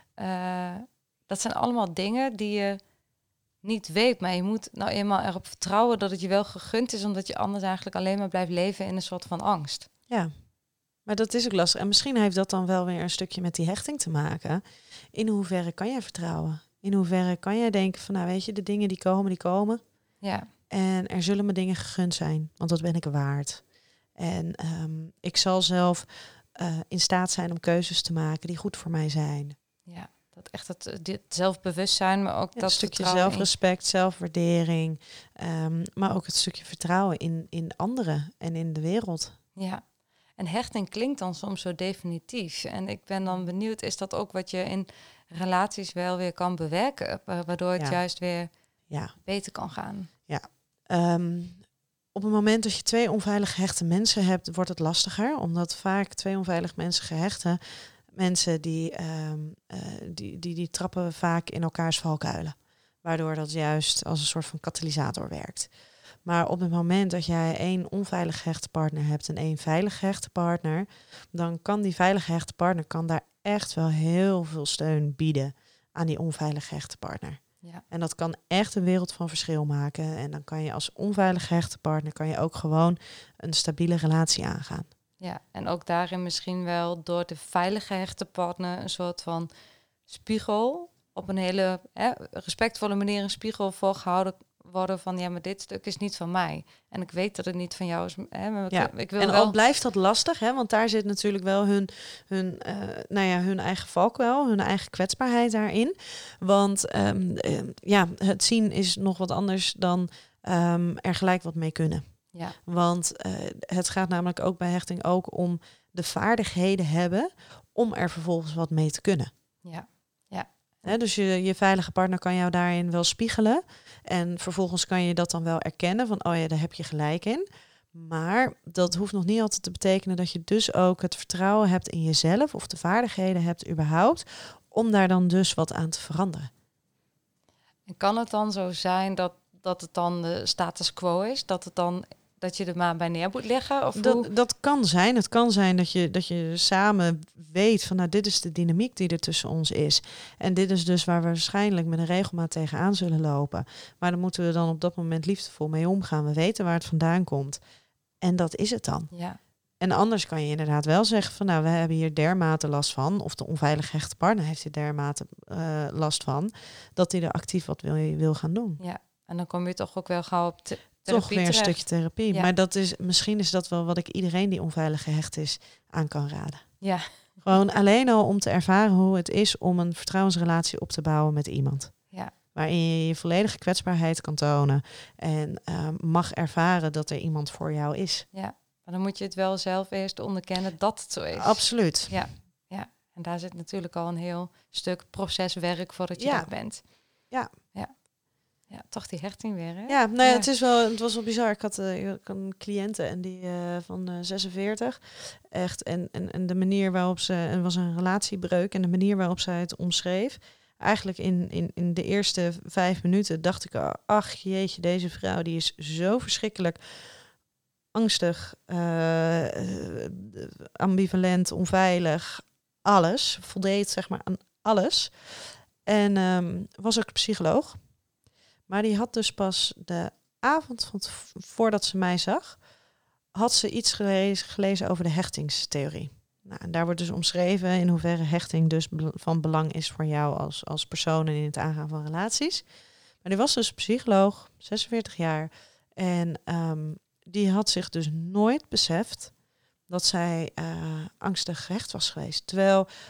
uh, dat zijn allemaal dingen die je niet weet. Maar je moet nou eenmaal erop vertrouwen dat het je wel gegund is, omdat je anders eigenlijk alleen maar blijft leven in een soort van angst. Ja, maar dat is ook lastig. En misschien heeft dat dan wel weer een stukje met die hechting te maken. In hoeverre kan jij vertrouwen? In hoeverre kan jij denken van, nou weet je, de dingen die komen, die komen. Ja. En er zullen me dingen gegund zijn, want dat ben ik waard. En um, ik zal zelf uh, in staat zijn om keuzes te maken die goed voor mij zijn. Ja, dat echt het dit zelfbewustzijn, maar ook ja, dat stukje vertrouwen zelfrespect, in... zelfwaardering. Um, maar ook het stukje vertrouwen in, in anderen en in de wereld. Ja, en hechting klinkt dan soms zo definitief. En ik ben dan benieuwd, is dat ook wat je in relaties wel weer kan bewerken? Waardoor het ja. juist weer ja. beter kan gaan? Ja, um, op het moment dat je twee onveilig gehechte mensen hebt, wordt het lastiger. Omdat vaak twee onveilig mensen gehechte mensen, die, um, uh, die, die, die trappen vaak in elkaars valkuilen. Waardoor dat juist als een soort van katalysator werkt. Maar op het moment dat jij één onveilig gehechte partner hebt en één veilig gehechte partner, dan kan die veilig gehechte partner kan daar echt wel heel veel steun bieden aan die onveilig gehechte partner. Ja. En dat kan echt een wereld van verschil maken. En dan kan je als onveilig gehechte partner kan je ook gewoon een stabiele relatie aangaan. Ja, en ook daarin misschien wel door de veilig gehechte partner een soort van spiegel op een hele hè, respectvolle manier een spiegel voorgehouden worden van ja, maar dit stuk is niet van mij. En ik weet dat het niet van jou is. Hè, maar ja. ik wil en wel... al blijft dat lastig, hè, want daar zit natuurlijk wel hun, hun, uh, nou ja, hun eigen valkuil, hun eigen kwetsbaarheid daarin. Want um, uh, ja, het zien is nog wat anders dan um, er gelijk wat mee kunnen. Ja. Want uh, het gaat namelijk ook bij hechting ook om de vaardigheden hebben om er vervolgens wat mee te kunnen. Ja. Ja. He, dus je, je veilige partner kan jou daarin wel spiegelen. En vervolgens kan je dat dan wel erkennen van, oh ja, daar heb je gelijk in. Maar dat hoeft nog niet altijd te betekenen dat je dus ook het vertrouwen hebt in jezelf of de vaardigheden hebt überhaupt om daar dan dus wat aan te veranderen. En kan het dan zo zijn dat, dat het dan de status quo is? Dat het dan dat je er maar bij neer moet leggen? Of dat, hoe? dat kan zijn. Het kan zijn dat je, dat je samen weet van nou, dit is de dynamiek die er tussen ons is. En dit is dus waar we waarschijnlijk met een regelmaat tegenaan zullen lopen. Maar dan moeten we dan op dat moment liefdevol mee omgaan. We weten waar het vandaan komt. En dat is het dan. Ja. En anders kan je inderdaad wel zeggen van nou, we hebben hier dermate last van. Of de onveilig gehechte partner heeft hier dermate uh, last van. Dat hij er actief wat wil, wil gaan doen. Ja, en dan kom je toch ook wel gauw op te- Toch weer een terecht. stukje therapie. Ja. Maar dat is, misschien is dat wel wat ik iedereen die onveilig gehecht is aan kan raden. Ja. Gewoon alleen al om te ervaren hoe het is om een vertrouwensrelatie op te bouwen met iemand. Ja. Waarin je je volledige kwetsbaarheid kan tonen. En uh, mag ervaren dat er iemand voor jou is. Ja, maar dan moet je het wel zelf eerst onderkennen dat het zo is. Absoluut. Ja, ja. En daar zit natuurlijk al een heel stuk proceswerk voordat je Ja. daar bent. Ja. Ja. Ja, toch die hechting weer, hè? Ja, nou ja, Ja. het is wel, het was wel bizar. Ik had, uh, ik had een cliënte en die uh, van uh, zesenveertig. Echt. En, en, en de manier waarop ze, en was een relatiebreuk. En de manier waarop zij het omschreef. Eigenlijk in, in, in de eerste vijf minuten dacht ik, uh, ach jeetje, deze vrouw die is zo verschrikkelijk angstig, uh, uh, ambivalent, onveilig, alles. Voldeed zeg maar aan alles. En um, was ook psycholoog. Maar die had dus pas de avond van t- voordat ze mij zag, had ze iets gelezen, gelezen over de hechtingstheorie. Nou, en daar wordt dus omschreven in hoeverre hechting dus be- van belang is voor jou als, als persoon en in het aangaan van relaties. Maar die was dus psycholoog, zesenveertig jaar. En um, die had zich dus nooit beseft dat zij uh, angstig gehecht was geweest. Terwijl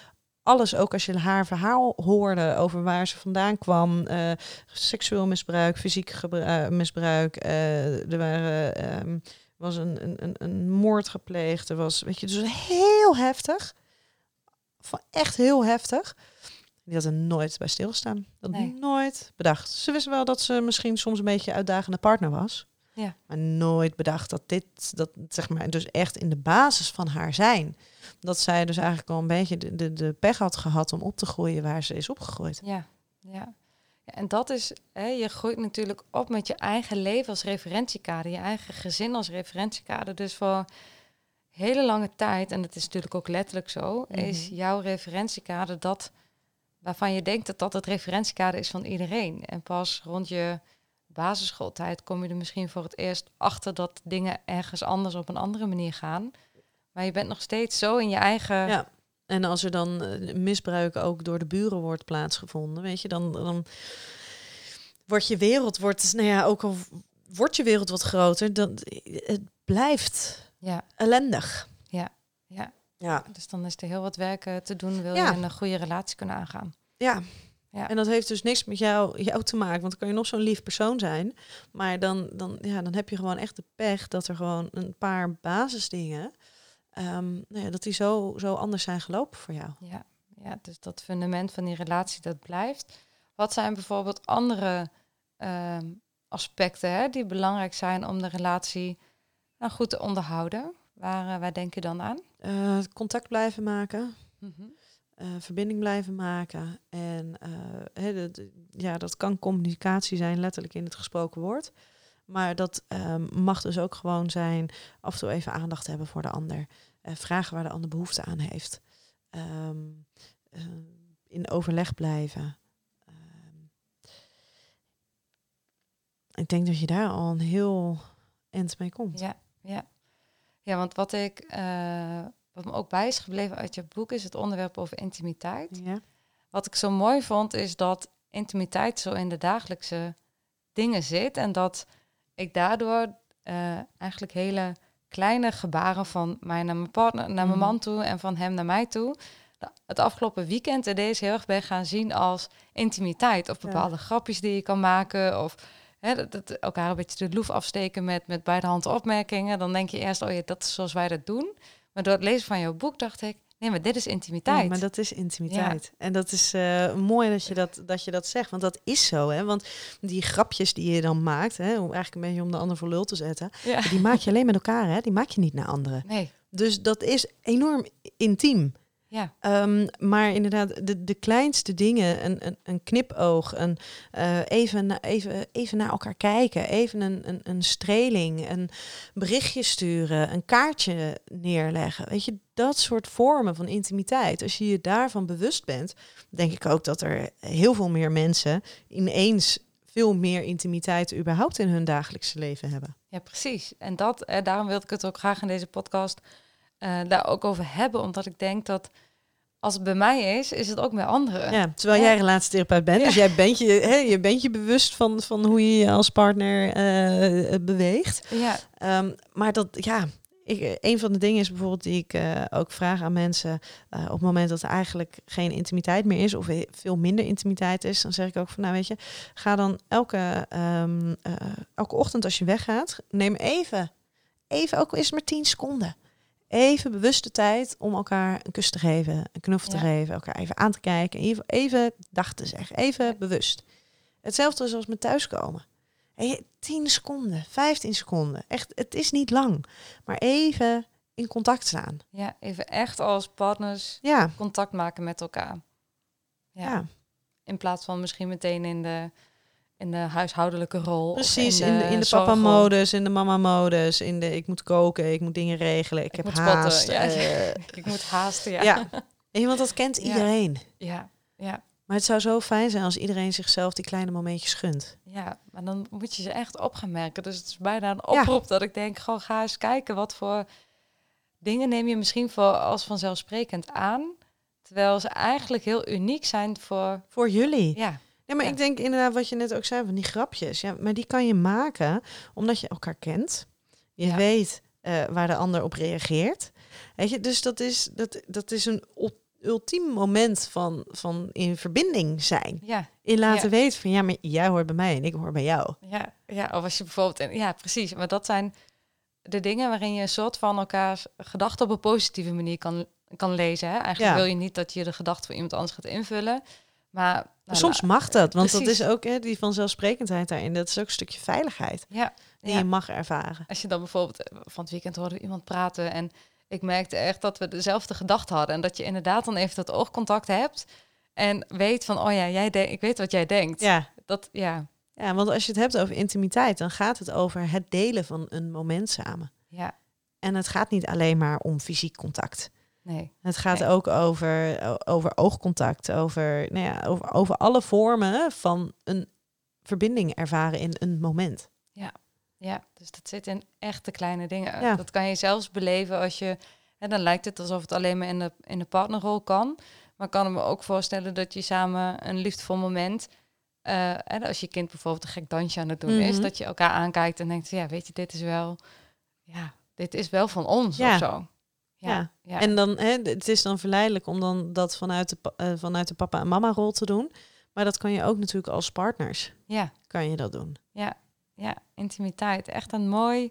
alles, ook als je haar verhaal hoorde over waar ze vandaan kwam. Uh, seksueel misbruik, fysiek gebru- misbruik. Uh, er waren, um, was een, een, een moord gepleegd. Er was, weet je, dus heel heftig. Van echt heel heftig. Die had er nooit bij stilgestaan. Dat nee. nooit bedacht. Ze wist wel dat ze misschien soms een beetje een uitdagende partner was. Ja. Maar nooit bedacht dat dit, dat zeg maar, dus echt in de basis van haar zijn. Dat zij dus eigenlijk al een beetje de, de, de pech had gehad om op te groeien waar ze is opgegroeid. Ja, ja. Ja, en dat is, hè, je groeit natuurlijk op met je eigen leven als referentiekader. Je eigen gezin als referentiekader. Dus voor hele lange tijd, en dat is natuurlijk ook letterlijk zo, mm-hmm. is jouw referentiekader dat waarvan je denkt dat dat het referentiekader is van iedereen. En pas rond je basisschooltijd kom je er misschien voor het eerst achter dat dingen ergens anders op een andere manier gaan. Maar je bent nog steeds zo in je eigen... Ja, en als er dan uh, misbruik ook door de buren wordt plaatsgevonden, weet je, dan, dan wordt je wereld, wordt, nou ja, ook al wordt je wereld wat groter, dan het blijft ja. ellendig. Ja, ja. Ja. Dus dan is er heel wat werk uh, te doen, wil ja. je een goede relatie kunnen aangaan. Ja. Ja. En dat heeft dus niks met jou, jou te maken, want dan kan je nog zo'n lief persoon zijn. Maar dan, dan, ja, dan heb je gewoon echt de pech dat er gewoon een paar basisdingen, um, nou ja, dat die zo, zo anders zijn gelopen voor jou. Ja, ja, dus dat fundament van die relatie, dat blijft. Wat zijn bijvoorbeeld andere um, aspecten hè, die belangrijk zijn om de relatie nou, goed te onderhouden? Waar, uh, waar denk je dan aan? Uh, contact blijven maken. Mm-hmm. Uh, verbinding blijven maken. En uh, he, de, de, ja, dat kan communicatie zijn, letterlijk in het gesproken woord. Maar dat um, mag dus ook gewoon zijn af en toe even aandacht hebben voor de ander. Uh, vragen waar de ander behoefte aan heeft. Um, uh, in overleg blijven. Um, ik denk dat je daar al een heel eind mee komt. Ja, ja. Ja, want wat ik... Uh... Wat me ook bij is gebleven uit je boek is het onderwerp over intimiteit. Ja. Wat ik zo mooi vond is dat intimiteit zo in de dagelijkse dingen zit. En dat ik daardoor uh, eigenlijk hele kleine gebaren van mij naar mijn partner, naar mijn man toe en van hem naar mij toe. Het afgelopen weekend er deze heel erg ben gaan zien als intimiteit. Of bepaalde ja. grapjes die je kan maken. Of hè, dat, dat elkaar een beetje de loef afsteken met, met beide handen opmerkingen. Dan denk je eerst, oh ja, dat is zoals wij dat doen. Maar door het lezen van jouw boek dacht ik, nee, maar dit is intimiteit. Ja, maar dat is intimiteit. Ja. En dat is uh, mooi dat je dat, dat je dat zegt, want dat is zo. Hè? Want die grapjes die je dan maakt, hè, om eigenlijk een beetje om de ander voor lul te zetten, ja. die maak je alleen met elkaar, hè? Die maak je niet naar anderen. Nee. Dus dat is enorm intiem. Ja. Um, maar inderdaad, de, de kleinste dingen, een, een, een knipoog, een, uh, even, even, even naar elkaar kijken, even een, een, een streling, een berichtje sturen, een kaartje neerleggen. Weet je, dat soort vormen van intimiteit. Als je je daarvan bewust bent, denk ik ook dat er heel veel meer mensen ineens veel meer intimiteit überhaupt in hun dagelijkse leven hebben. Ja, precies. En dat, eh, daarom wil ik het ook graag in deze podcast Uh, daar ook over hebben, omdat ik denk dat als het bij mij is, is het ook bij anderen. Ja, terwijl ja. jij relatietherapeut bent, ja. dus jij bent je, hè, je bent je bewust van, van hoe je je als partner uh, beweegt. Ja. Um, maar dat, ja, ik, een van de dingen is bijvoorbeeld die ik uh, ook vraag aan mensen uh, op het moment dat er eigenlijk geen intimiteit meer is of veel minder intimiteit is, dan zeg ik ook van, nou weet je, ga dan elke, um, uh, elke ochtend als je weggaat, neem even, even ook al is het maar tien seconden. Even bewuste tijd om elkaar een kus te geven, een knuffel te ja. geven, elkaar even aan te kijken, even, even dag te zeggen, even ja. bewust. Hetzelfde zoals met thuiskomen. Hey, tien seconden, vijftien seconden, echt, het is niet lang, maar even in contact staan. Ja, even echt als partners ja. contact maken met elkaar. Ja. ja. In plaats van misschien meteen in de... in de huishoudelijke rol. Precies, in de, in de, in de papa-modus, in de mama-modus, in de ik moet koken, ik moet dingen regelen, ik, ik heb haast. Spotten, ja. uh, ik moet haasten, ja. ja. En want dat kent ja. iedereen. Ja, ja. Maar het zou zo fijn zijn als iedereen zichzelf die kleine momentjes gunt. Ja, maar dan moet je ze echt op gaan merken. Dus het is bijna een oproep ja. dat ik denk, gewoon ga eens kijken wat voor dingen neem je misschien voor als vanzelfsprekend aan, terwijl ze eigenlijk heel uniek zijn voor... Voor jullie. Ja. Ja, maar ja. ik denk inderdaad wat je net ook zei van die grapjes. Ja, maar die kan je maken omdat je elkaar kent. Je ja. weet uh, waar de ander op reageert. Weet je, dus dat is, dat, dat is een, op, ultiem moment van, van in verbinding zijn. Ja. In laten Ja. weten van ja, maar jij hoort bij mij en ik hoor bij jou. Ja, ja, of als je bijvoorbeeld... Ja, precies. Maar dat zijn de dingen waarin je een soort van elkaars gedachten op een positieve manier kan, kan lezen. Hè? Eigenlijk Ja. wil je niet dat je de gedachten van iemand anders gaat invullen. Maar nou, Soms nou, mag dat, want dat precies. is ook hè, die vanzelfsprekendheid daarin. Dat is ook een stukje veiligheid Ja, die ja. je mag ervaren. Als je dan bijvoorbeeld eh, van het weekend hoorde iemand praten en ik merkte echt dat we dezelfde gedachten hadden. En dat je inderdaad dan even dat oogcontact hebt en weet van, oh ja, jij denk, ik weet wat jij denkt. Ja. Dat, ja, ja, want als je het hebt over intimiteit, dan gaat het over het delen van een moment samen. ja, En het gaat niet alleen maar om fysiek contact. nee. Het gaat Nee. ook over, over oogcontact, over, nou ja, over, over alle vormen van een verbinding ervaren in een moment. Ja, dus dat zit in echte kleine dingen. Ja. Dat kan je zelfs beleven als je... En dan lijkt het alsof het alleen maar in de, in de partnerrol kan. Maar ik kan me ook voorstellen dat je samen een liefdevol moment... Uh, en als je kind bijvoorbeeld een gek dansje aan het doen Mm-hmm. is... dat je elkaar aankijkt en denkt... ja, weet je, dit is wel... ja, dit is wel van ons Ja. of zo. Ja, Ja. ja. En dan, hè, het is dan verleidelijk om dan dat vanuit de, pa- uh, vanuit de papa en mama rol te doen. Maar dat kan je ook natuurlijk als partners, ja, kan je dat doen. ja, ja, intimiteit. Echt een mooi,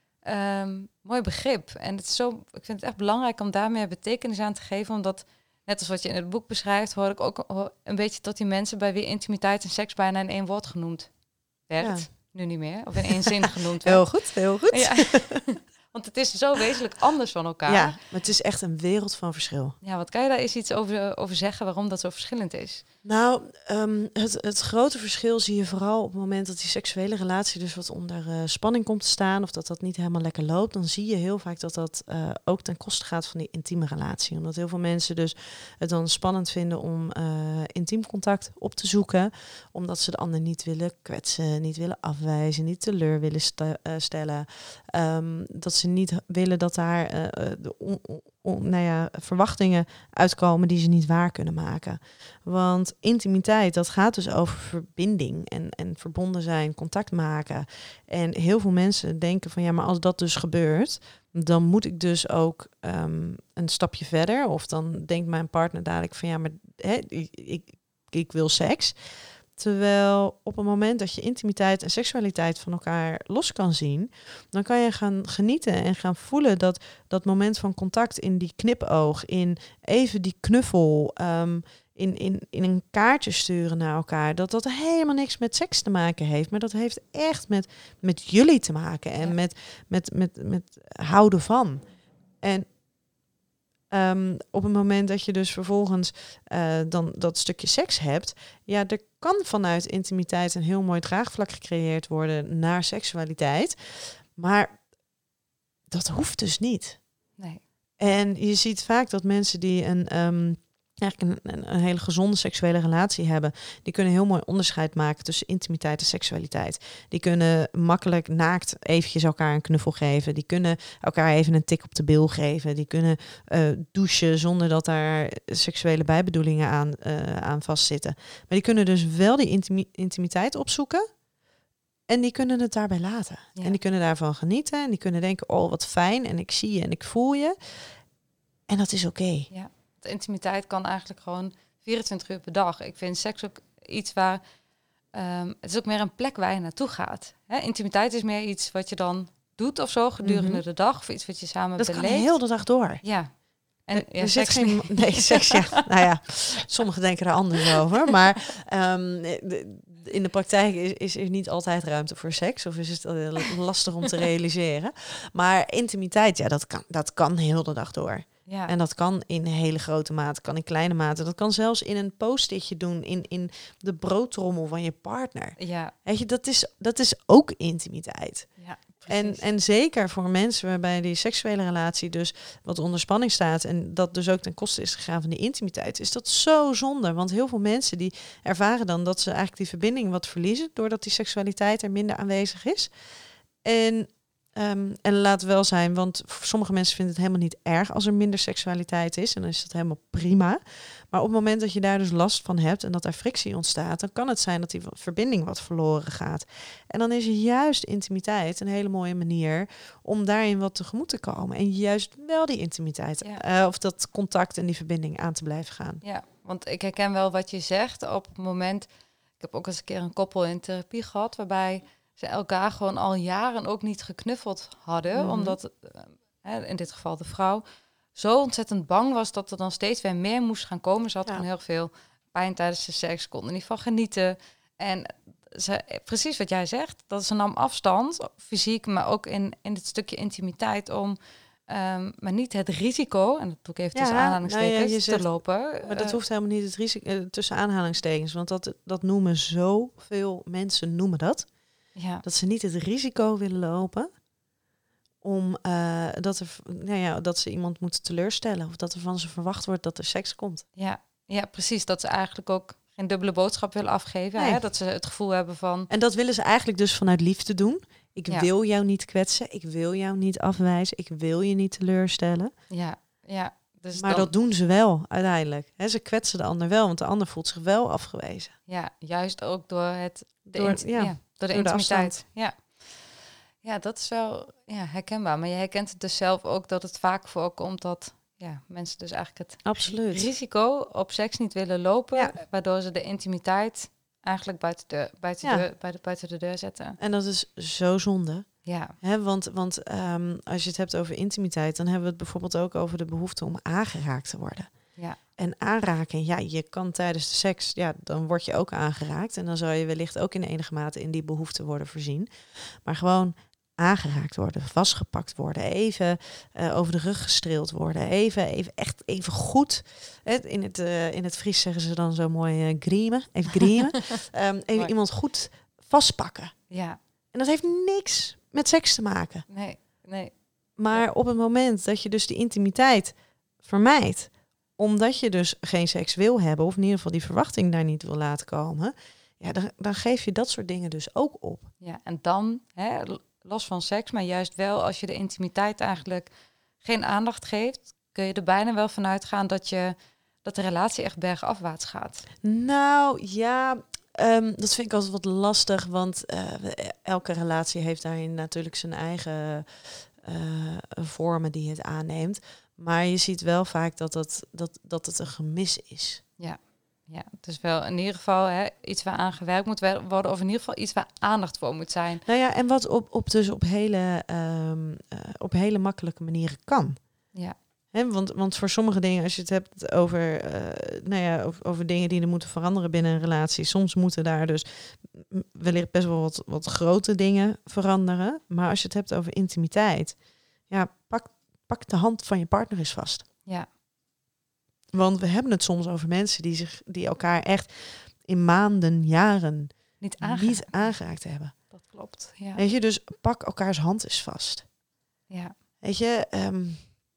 um, mooi begrip. En het is zo, ik vind het echt belangrijk om daar meer betekenis aan te geven. Omdat, net als wat je in het boek beschrijft, hoor ik ook hoor een beetje tot die mensen bij wie intimiteit en seks bijna in één woord genoemd werd. Ja. Nu niet meer. Of in één zin genoemd werd. Heel goed, heel goed. Ja. Want het is zo wezenlijk anders van elkaar. Ja, maar het is echt een wereld van verschil. Ja, wat kan je daar eens iets over, over zeggen waarom dat zo verschillend is? Nou, um, het, het grote verschil zie je vooral op het moment dat die seksuele relatie dus wat onder uh, spanning komt te staan of dat dat niet helemaal lekker loopt. Dan zie je heel vaak dat dat uh, ook ten koste gaat van die intieme relatie. Omdat heel veel mensen dus het dan spannend vinden om uh, intiem contact op te zoeken. Omdat ze de ander niet willen kwetsen, niet willen afwijzen, niet teleur willen st- uh, stellen. Um, dat ze niet willen dat daar uh, de on, on, on, nou ja, verwachtingen uitkomen die ze niet waar kunnen maken. Want intimiteit, dat gaat dus over verbinding en, en verbonden zijn, contact maken. En heel veel mensen denken van ja, maar als dat dus gebeurt, dan moet ik dus ook um, een stapje verder. Of dan denkt mijn partner dadelijk van ja, maar hè, ik, ik, ik wil seks. Terwijl op het moment dat je intimiteit en seksualiteit van elkaar los kan zien, dan kan je gaan genieten en gaan voelen dat dat moment van contact in die knipoog, in even die knuffel, um, in, in, in een kaartje sturen naar elkaar, dat dat helemaal niks met seks te maken heeft. Maar dat heeft echt met, met jullie te maken en ja. met, met, met, met houden van. En Um, op het moment dat je dus vervolgens uh, dan dat stukje seks hebt, ja, er kan vanuit intimiteit een heel mooi draagvlak gecreëerd worden naar seksualiteit. Maar dat hoeft dus niet. Nee. En je ziet vaak dat mensen die een... Um, eigenlijk een, een, een hele gezonde seksuele relatie hebben, die kunnen heel mooi onderscheid maken tussen intimiteit en seksualiteit. Die kunnen makkelijk naakt eventjes elkaar een knuffel geven. Die kunnen elkaar even een tik op de bil geven. Die kunnen uh, douchen zonder dat daar seksuele bijbedoelingen aan, uh, aan vastzitten. Maar die kunnen dus wel die intimi- intimiteit opzoeken en die kunnen het daarbij laten. Ja. En die kunnen daarvan genieten en die kunnen denken, oh wat fijn en ik zie je en ik voel je. En dat is oké. Okay. Ja. De intimiteit kan eigenlijk gewoon vierentwintig uur per dag. Ik vind seks ook iets waar... Um, het is ook meer een plek waar je naartoe gaat. Hè? Intimiteit is meer iets wat je dan doet of zo gedurende mm-hmm. de dag. Of iets wat je samen dat beleeft. Dat kan heel de dag door. Ja. En er, ja, er seks zit geen... Nee, seks, ja. Nou ja, sommigen denken er anders over. Maar um, de, in de praktijk is, is er niet altijd ruimte voor seks. Of is het uh, lastig om te realiseren. Maar intimiteit, ja, dat kan, dat kan heel de dag door. Ja. En dat kan in hele grote mate, kan in kleine mate. Dat kan zelfs in een post-itje doen, in, in de broodtrommel van je partner. Ja. Weet je, dat is, dat is ook intimiteit. Ja, en, en zeker voor mensen waarbij die seksuele relatie dus wat onder spanning staat en dat dus ook ten koste is gegaan van die intimiteit, is dat zo zonde. Want heel veel mensen die ervaren dan dat ze eigenlijk die verbinding wat verliezen doordat die seksualiteit er minder aanwezig is. En Um, en laat wel zijn, want sommige mensen vinden het helemaal niet erg als er minder seksualiteit is. En dan is dat helemaal prima. Maar op het moment dat je daar dus last van hebt en dat er frictie ontstaat, dan kan het zijn dat die verbinding wat verloren gaat. En dan is juist intimiteit een hele mooie manier om daarin wat tegemoet te komen. En juist wel die intimiteit, Ja. uh, of dat contact en die verbinding aan te blijven gaan. Ja, want ik herken wel wat je zegt op het moment. Ik heb ook eens een keer een koppel in therapie gehad waarbij ze elkaar gewoon al jaren ook niet geknuffeld hadden, Mm-hmm. omdat uh, in dit geval de vrouw zo ontzettend bang was dat er dan steeds weer meer moest gaan komen. Ze had Ja. gewoon heel veel pijn tijdens de seks, kon er niet van genieten. En ze, precies wat jij zegt, dat ze nam afstand, fysiek, maar ook in, in het stukje intimiteit om, um, maar niet het risico, en dat doe ik even Ja, tussen aanhalingstekens, nou ja, je te zegt- lopen. Maar dat Uh, hoeft helemaal niet het risico uh, tussen aanhalingstekens, want dat, dat noemen zoveel mensen noemen dat. ja, Dat ze niet het risico willen lopen om uh, dat, er, nou ja, dat ze iemand moeten teleurstellen of dat er van ze verwacht wordt dat er seks komt. ja, ja, precies. Dat ze eigenlijk ook geen dubbele boodschap willen afgeven. Nee. Hè? Dat ze het gevoel hebben van, En dat willen ze eigenlijk dus vanuit liefde doen. Ik Ja. wil jou niet kwetsen, ik wil jou niet afwijzen, ik wil je niet teleurstellen. ja, ja. Dus Maar dan, dat doen ze wel uiteindelijk. He, ze kwetsen de ander wel, want de ander voelt zich wel afgewezen. ja, juist ook door het de Door- inti- ja, ja, door de door de intimiteit. Ja. Ja, dat is wel ja, herkenbaar. Maar je herkent het dus zelf ook dat het vaak voorkomt dat ja, mensen dus eigenlijk het Absoluut. risico op seks niet willen lopen, Ja. waardoor ze de intimiteit eigenlijk buiten de, buiten, Ja. de, bij de, buiten de deur zetten. En dat is zo zonde. Ja, Hè, want want um, als je het hebt over intimiteit, dan hebben we het bijvoorbeeld ook over de behoefte om aangeraakt te worden. ja, En aanraken, ja, je kan tijdens de seks, ja, dan word je ook aangeraakt. En dan zou je wellicht ook in enige mate in die behoefte worden voorzien. Maar gewoon aangeraakt worden, vastgepakt worden, even uh, over de rug gestreeld worden, even, even echt even goed. Hè, in, het, uh, in het Fries zeggen ze dan zo mooi uh, griemen, even griemen. um, even Mooi. iemand goed vastpakken. ja, En dat heeft niks met seks te maken. nee, nee, Maar op het moment dat je dus die intimiteit vermijdt, omdat je dus geen seks wil hebben, of in ieder geval die verwachting daar niet wil laten komen, ja, dan, dan geef je dat soort dingen dus ook op. ja. En dan, hè, los van seks, maar juist wel als je de intimiteit eigenlijk geen aandacht geeft, kun je er bijna wel vanuit gaan dat je dat de relatie echt bergafwaarts gaat. Nou ja, um, dat vind ik altijd wat lastig, want uh, elke relatie heeft daarin natuurlijk zijn eigen uh, vormen die het aanneemt. Maar je ziet wel vaak dat, dat, dat, dat het een gemis is. Ja, het is wel in ieder geval hè, iets waar aan gewerkt moet worden, of in ieder geval iets waar aandacht voor moet zijn. Nou ja, en wat op, op dus op hele, um, uh, op hele makkelijke manieren kan. Ja, He, want, want voor sommige dingen, als je het hebt over, uh, nou ja, over, over dingen die er moeten veranderen binnen een relatie, soms moeten daar dus wellicht best wel wat, wat grote dingen veranderen. Maar als je het hebt over intimiteit, ja, pak, pak de hand van je partner eens vast. ja, Want we hebben het soms over mensen die, zich, die elkaar echt in maanden, jaren niet aangeraakt. niet aangeraakt hebben. Dat klopt. Ja, Weet je, dus pak elkaars hand eens vast. ja, Weet je, um,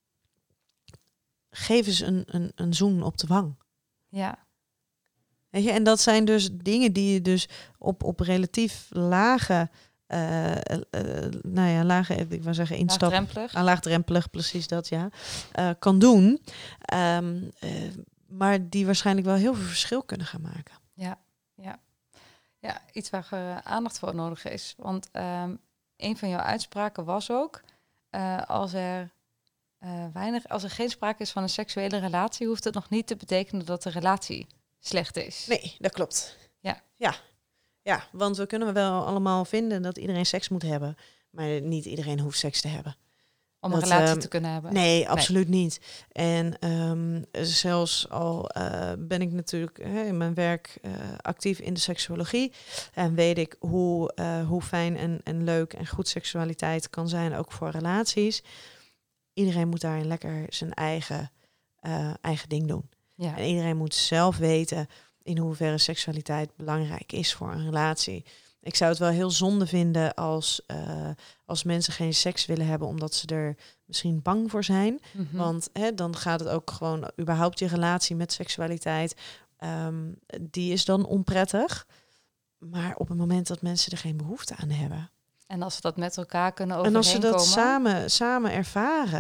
geef eens een, een, een zoen op de wang. ja, Weet je, en dat zijn dus dingen die je dus op, op relatief lage, uh, uh, nou ja, lage, ik wou zeggen instap, laagdrempelig. aan laagdrempelig, precies dat, ja, uh, kan doen. Um, uh, maar die waarschijnlijk wel heel veel verschil kunnen gaan maken. Ja, ja. Ja, iets waar uh, aandacht voor nodig is. Want um, een van jouw uitspraken was ook, uh, als er uh, weinig, als er geen sprake is van een seksuele relatie, hoeft het nog niet te betekenen dat de relatie slecht is. Nee, dat klopt. Ja. Ja. Ja, want we kunnen wel allemaal vinden dat iedereen seks moet hebben, maar niet iedereen hoeft seks te hebben. Om dat, een relatie um, te kunnen hebben. Nee, absoluut nee. niet. En um, zelfs al uh, ben ik natuurlijk uh, in mijn werk uh, actief in de seksuologie en weet ik hoe, uh, hoe fijn en, en leuk en goed seksualiteit kan zijn, ook voor relaties. Iedereen moet daarin lekker zijn eigen, uh, eigen ding doen. Ja. En iedereen moet zelf weten in hoeverre seksualiteit belangrijk is voor een relatie. Ik zou het wel heel zonde vinden als, uh, als mensen geen seks willen hebben omdat ze er misschien bang voor zijn. Mm-hmm. Want hè, dan gaat het ook gewoon überhaupt je relatie met seksualiteit, um, die is dan onprettig. Maar op het moment dat mensen er geen behoefte aan hebben. En als ze dat met elkaar kunnen En als ze dat overeenkomen. samen, samen ervaren.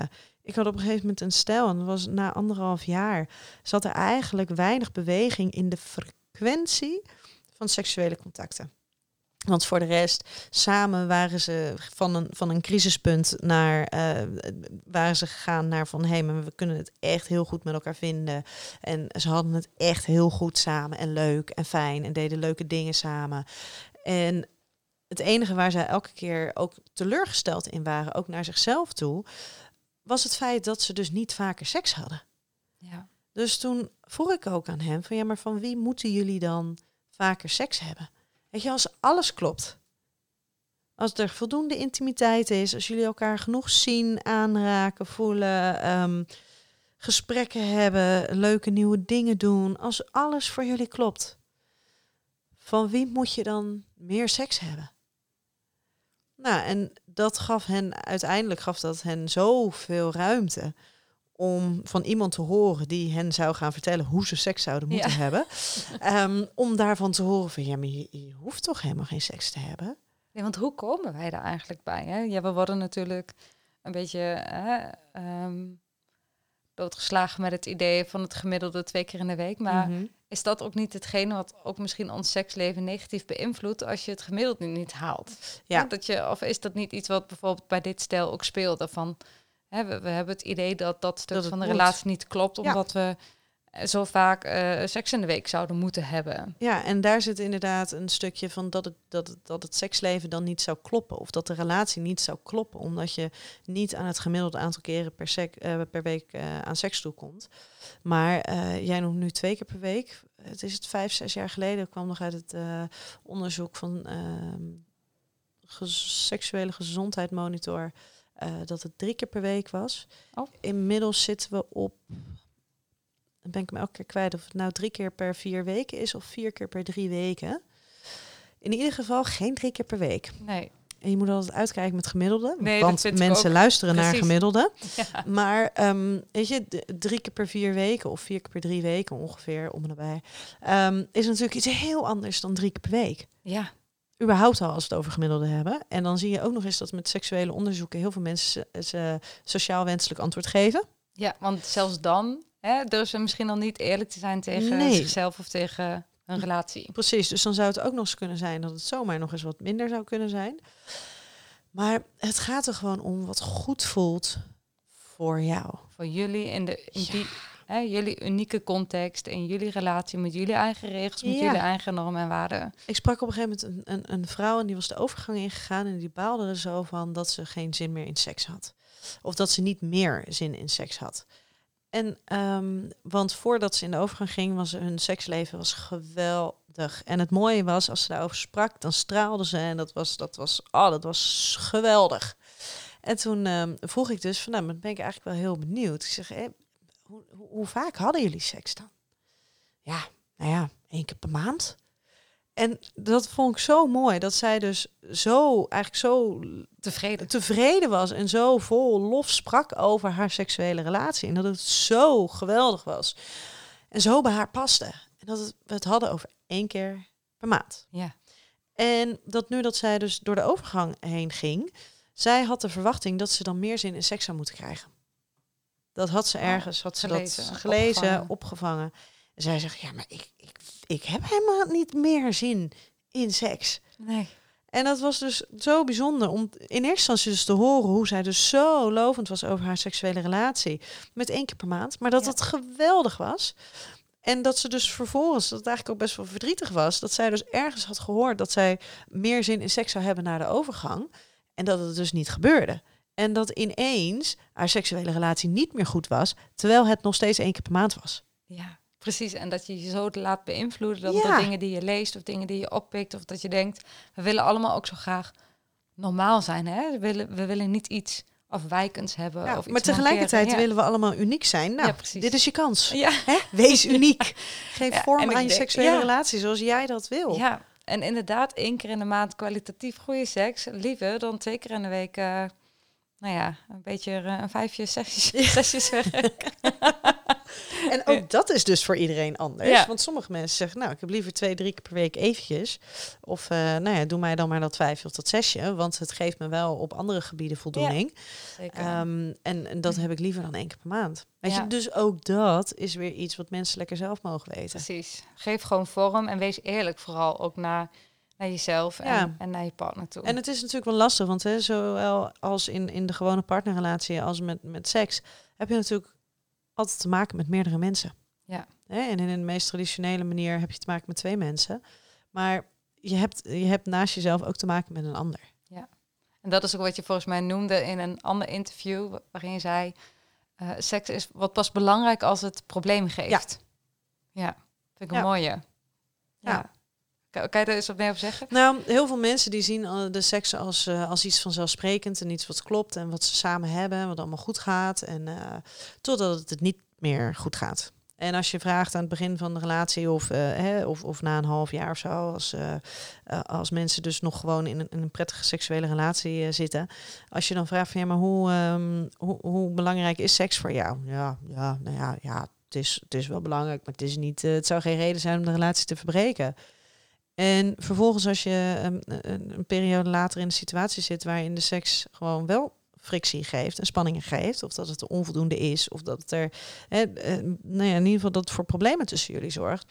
Ik had op een gegeven moment een stel en dat was na anderhalf jaar zat er eigenlijk weinig beweging in de frequentie van seksuele contacten. Want voor de rest, samen waren ze van een, van een crisispunt naar, uh, waren ze gegaan naar van, hé, hey, maar we kunnen het echt heel goed met elkaar vinden. En ze hadden het echt heel goed samen en leuk en fijn en deden leuke dingen samen. En het enige waar zij elke keer ook teleurgesteld in waren, ook naar zichzelf toe, was het feit dat ze dus niet vaker seks hadden. Ja. Dus toen vroeg ik ook aan hem van, ja, maar van wie moeten jullie dan vaker seks hebben? Weet je, als alles klopt. Als er voldoende intimiteit is, als jullie elkaar genoeg zien, aanraken, voelen, um, gesprekken hebben, leuke nieuwe dingen doen, als alles voor jullie klopt, van wie moet je dan meer seks hebben? Nou, en dat gaf hen, uiteindelijk gaf dat hen zoveel ruimte om van iemand te horen die hen zou gaan vertellen hoe ze seks zouden moeten ja. hebben. Um, om daarvan te horen van, ja, maar je, je hoeft toch helemaal geen seks te hebben? Nee, want hoe komen wij daar eigenlijk bij? Hè? Ja, we worden natuurlijk een beetje hè, um, doodgeslagen met het idee van het gemiddelde twee keer in de week. Maar mm-hmm. is dat ook niet hetgene wat ook misschien ons seksleven negatief beïnvloedt als je het gemiddelde niet haalt? Ja. Hè, dat je, of is dat niet iets wat bijvoorbeeld bij dit stel ook speelde van, hè, we, we hebben het idee dat dat stuk dat van de moet. relatie niet klopt, omdat ja. we zo vaak uh, seks in de week zouden moeten hebben. Ja, en daar zit inderdaad een stukje van dat het, dat, het, dat het seksleven dan niet zou kloppen. Of dat de relatie niet zou kloppen. Omdat je niet aan het gemiddelde aantal keren per, sek, uh, per week uh, aan seks toekomt. Maar uh, jij noemt nu twee keer per week. Het is het vijf, zes jaar geleden. kwam nog uit het uh, onderzoek van uh, ges- seksuele gezondheid monitor. Uh, dat het drie keer per week was. Oh. Inmiddels zitten we op... Dan ben ik me elke keer kwijt of het nou drie keer per vier weken is of vier keer per drie weken. In ieder geval geen drie keer per week. Nee. En je moet altijd uitkijken met gemiddelde. Nee, want mensen luisteren Precies. naar gemiddelde. Ja. Maar um, weet je, d- drie keer per vier weken of vier keer per drie weken ongeveer om en nabij. Um, is natuurlijk iets heel anders dan drie keer per week. Ja. Überhaupt al als we het over gemiddelde hebben. En dan zie je ook nog eens dat met seksuele onderzoeken heel veel mensen ze sociaal wenselijk antwoord geven. Ja, want zelfs dan hè, durven ze misschien al niet eerlijk te zijn tegen nee. zichzelf of tegen een relatie. Precies, dus dan zou het ook nog eens kunnen zijn dat het zomaar nog eens wat minder zou kunnen zijn. Maar het gaat er gewoon om wat goed voelt voor jou. Voor jullie in, de, in ja. die, hè, jullie unieke context, in jullie relatie met jullie eigen regels, met ja. jullie eigen normen en waarden. Ik sprak op een gegeven moment een, een, een vrouw en die was de overgang ingegaan en die baalde er zo van dat ze geen zin meer in seks had. Of dat ze niet meer zin in seks had. En um, want voordat ze in de overgang ging, was hun seksleven was geweldig. En het mooie was, als ze daarover sprak, dan straalde ze en dat was, dat was, oh, dat was geweldig. En toen um, vroeg ik dus van, nou, dan ben ik eigenlijk wel heel benieuwd. Ik zeg, hey, hoe, hoe, hoe vaak hadden jullie seks dan? Ja, nou ja, één keer per maand. En dat vond ik zo mooi, dat zij dus zo, eigenlijk zo tevreden. tevreden was en zo vol lof sprak over haar seksuele relatie. En dat het zo geweldig was. En zo bij haar paste. En dat het, we het hadden over één keer per maand. Ja. En dat nu dat zij dus door de overgang heen ging, zij had de verwachting dat ze dan meer zin in seks zou moeten krijgen. Dat had ze ergens, had ze gelezen, dat gelezen, opgevangen. opgevangen. En zij zegt, ja, maar ik, ik, ik heb helemaal niet meer zin in seks. Nee. En dat was dus zo bijzonder om in eerste instantie dus te horen hoe zij dus zo lovend was over haar seksuele relatie met één keer per maand. Maar dat ja. het geweldig was. En dat ze dus vervolgens, dat het eigenlijk ook best wel verdrietig was, dat zij dus ergens had gehoord dat zij meer zin in seks zou hebben na de overgang. En dat het dus niet gebeurde. En dat ineens haar seksuele relatie niet meer goed was, terwijl het nog steeds één keer per maand was. Ja. Precies, en dat je je zo laat beïnvloeden dan ja. door dingen die je leest of dingen die je oppikt. Of dat je denkt, we willen allemaal ook zo graag normaal zijn. Hè? We, willen, we willen niet iets afwijkends hebben. Ja, of iets maar tegelijkertijd ja. willen we allemaal uniek zijn. Nou, ja, dit is je kans. Ja. Hè? Wees uniek. Geef ja, vorm aan je denk, seksuele ja. relatie zoals jij dat wil. Ja, en inderdaad één keer in de maand kwalitatief goede seks. Liever dan twee keer in de week... Uh, nou ja, een beetje uh, een vijfje sessies, sessies werk. En ook dat is dus voor iedereen anders. Ja. Want sommige mensen zeggen, nou, ik heb liever twee, drie keer per week eventjes. Of, uh, nou ja, doe mij dan maar dat vijfje of dat zesje. Want het geeft me wel op andere gebieden voldoening. Ja, zeker. Um, en, en dat heb ik liever dan één keer per maand. Weet Ja. je, dus ook dat is weer iets wat mensen lekker zelf mogen weten. Precies. Geef gewoon vorm en wees eerlijk vooral ook naar, naar jezelf en, Ja. en naar je partner toe. En het is natuurlijk wel lastig, want hè, zowel als in, in de gewone partnerrelatie als met, met seks, heb je natuurlijk altijd te maken met meerdere mensen. Ja. Hè, en in de meest traditionele manier heb je te maken met twee mensen. Maar je hebt, je hebt naast jezelf ook te maken met een ander. En dat is ook wat je volgens mij noemde in een ander interview, wa- waarin je zei, uh, seks is wat pas belangrijk als het probleem geeft. Ja, ja, vind ik een Ja. mooie. Ja. Ja. Kan, kan je daar eens wat meer over zeggen? Nou, heel veel mensen die zien uh, de seks als, uh, als iets vanzelfsprekend en iets wat klopt en wat ze samen hebben, wat allemaal goed gaat. En uh, totdat het, het niet meer goed gaat. En als je vraagt aan het begin van de relatie of, uh, hè, of, of na een half jaar of zo, als, uh, uh, als mensen dus nog gewoon in een, in een prettige seksuele relatie uh, zitten. Als je dan vraagt van ja, maar hoe, um, hoe, hoe belangrijk is seks voor jou? Ja, ja, nou ja, ja het, is, het is wel belangrijk, maar het, is niet, uh, het zou geen reden zijn om de relatie te verbreken. En vervolgens als je um, een, een periode later in een situatie zit waarin de seks gewoon wel frictie geeft en spanningen geeft, of dat het onvoldoende is, of dat het er, hè, eh, nou ja, in ieder geval dat het voor problemen tussen jullie zorgt,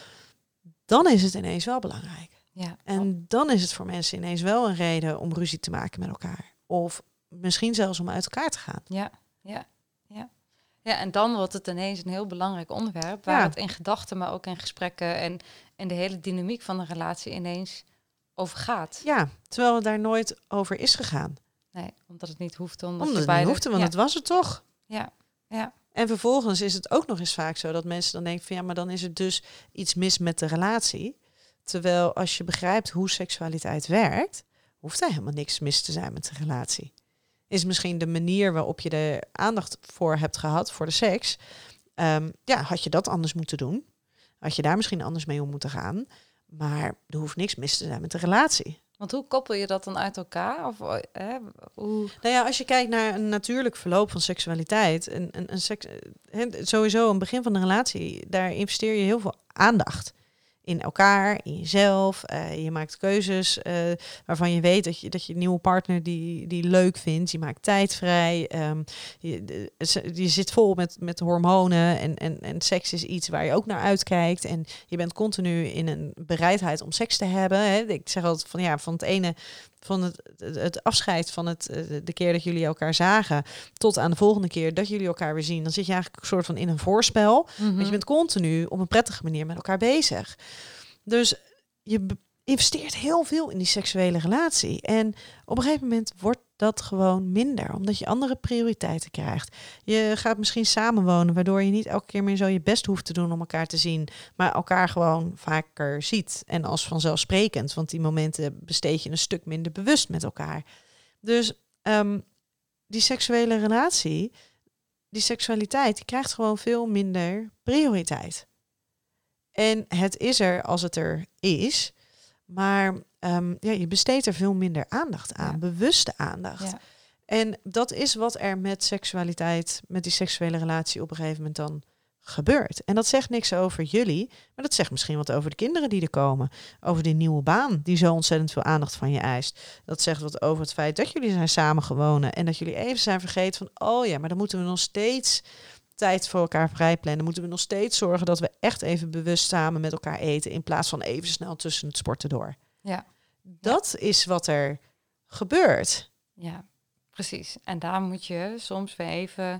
dan is het ineens wel belangrijk. Ja. En dan is het voor mensen ineens wel een reden om ruzie te maken met elkaar. Of misschien zelfs om uit elkaar te gaan. Ja, ja, ja. Ja, en dan wordt het ineens een heel belangrijk onderwerp, waar Ja. het in gedachten, maar ook in gesprekken en, en de hele dynamiek van de relatie ineens over gaat. Ja, terwijl het daar nooit over is gegaan. Nee, omdat het niet hoeft. Omdat, Omdat je het beide... niet hoefde, want ja. het was het toch. Ja, ja, En vervolgens is het ook nog eens vaak zo dat mensen dan denken van ja, maar dan is het dus iets mis met de relatie. Terwijl als je begrijpt hoe seksualiteit werkt, hoeft er helemaal niks mis te zijn met de relatie. Is misschien de manier waarop je er aandacht voor hebt gehad, voor de seks. Um, ja, had je dat anders moeten doen? Had je daar misschien anders mee om moeten gaan? Maar er hoeft niks mis te zijn met de relatie. want hoe koppel je dat dan uit elkaar? Of, hè, hoe... Nou ja, als je kijkt naar een natuurlijk verloop van seksualiteit, een, een, een seks, he, sowieso een begin van een relatie, daar investeer je heel veel aandacht in elkaar, in jezelf. Uh, je maakt keuzes uh, waarvan je weet dat je, dat je een nieuwe partner die, die leuk vindt. Je maakt tijd vrij. Um, je, de, je zit vol met, met hormonen en, en, en seks is iets waar je ook naar uitkijkt. En je bent continu in een bereidheid om seks te hebben. Hè. Ik zeg altijd van ja, van het ene, van het, het afscheid van het, de keer dat jullie elkaar zagen, tot aan de volgende keer dat jullie elkaar weer zien. Dan zit je eigenlijk een soort van in een voorspel. Mm-hmm. Want je bent continu op een prettige manier met elkaar bezig. Dus je be- investeert heel veel in die seksuele relatie. En op een gegeven moment wordt dat gewoon minder, omdat je andere prioriteiten krijgt. Je gaat misschien samenwonen, waardoor je niet elke keer meer zo je best hoeft te doen om elkaar te zien, maar elkaar gewoon vaker ziet. En als vanzelfsprekend, want die momenten besteed je een stuk minder bewust met elkaar. Dus um, die seksuele relatie, die seksualiteit, die krijgt gewoon veel minder prioriteit. En het is er als het er is, maar um, ja, je besteedt er veel minder aandacht aan, Ja. bewuste aandacht. Ja. En dat is wat er met seksualiteit, met die seksuele relatie op een gegeven moment dan gebeurt. En dat zegt niks over jullie, maar dat zegt misschien wat over de kinderen die er komen. Over die nieuwe baan die zo ontzettend veel aandacht van je eist. Dat zegt wat over het feit dat jullie zijn samengewonen en dat jullie even zijn vergeten van, oh ja, maar dan moeten we nog steeds tijd voor elkaar vrijplannen. Moeten we nog steeds zorgen dat we echt even bewust samen met elkaar eten, in plaats van even snel tussen het sporten door. Ja. Dat ja. is wat er gebeurt. Ja, precies. En daar moet je soms weer even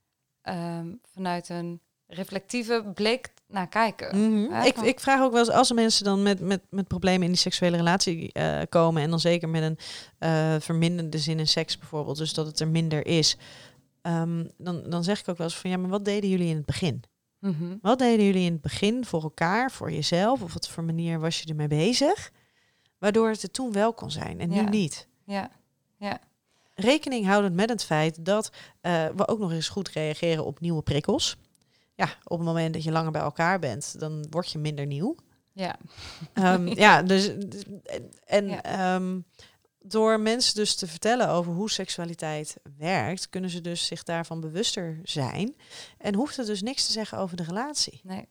um, vanuit een reflectieve blik naar kijken. Mm-hmm. Ja, ik, van... ik vraag ook wel eens, als mensen dan met, met, met problemen in die seksuele relatie uh, komen, en dan zeker met een uh, verminderde zin in seks bijvoorbeeld, dus dat het er minder is, um, dan, dan zeg ik ook wel eens van ja, maar wat deden jullie in het begin? Mm-hmm. Wat deden jullie in het begin voor elkaar, voor jezelf? Of wat voor manier was je ermee bezig? Waardoor het er toen wel kon zijn en ja. nu niet. Ja, ja. Rekening houdend met het feit dat uh, we ook nog eens goed reageren op nieuwe prikkels. Ja, op het moment dat je langer bij elkaar bent, dan word je minder nieuw. Ja. Um, ja, dus en ja. Um, door mensen dus te vertellen over hoe seksualiteit werkt, kunnen ze dus zich daarvan bewuster zijn. En hoeft het dus niks te zeggen over de relatie. Nee.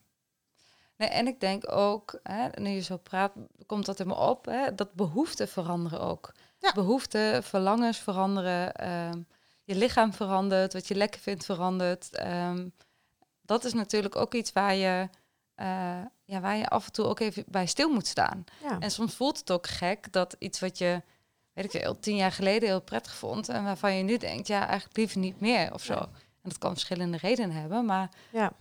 Nee, en ik denk ook, hè, nu je zo praat, komt dat in me op, hè, dat behoeften veranderen ook. Ja. Behoeften, verlangens veranderen, ehm, je lichaam verandert, wat je lekker vindt verandert. Ehm, dat is natuurlijk ook iets waar je, uh, ja, waar je af en toe ook even bij stil moet staan. Ja. En soms voelt het ook gek dat iets wat je, weet ik veel, tien jaar geleden heel prettig vond en waarvan je nu denkt, ja, eigenlijk liever niet meer of zo. Ja. En dat kan verschillende redenen hebben, maar... Ja.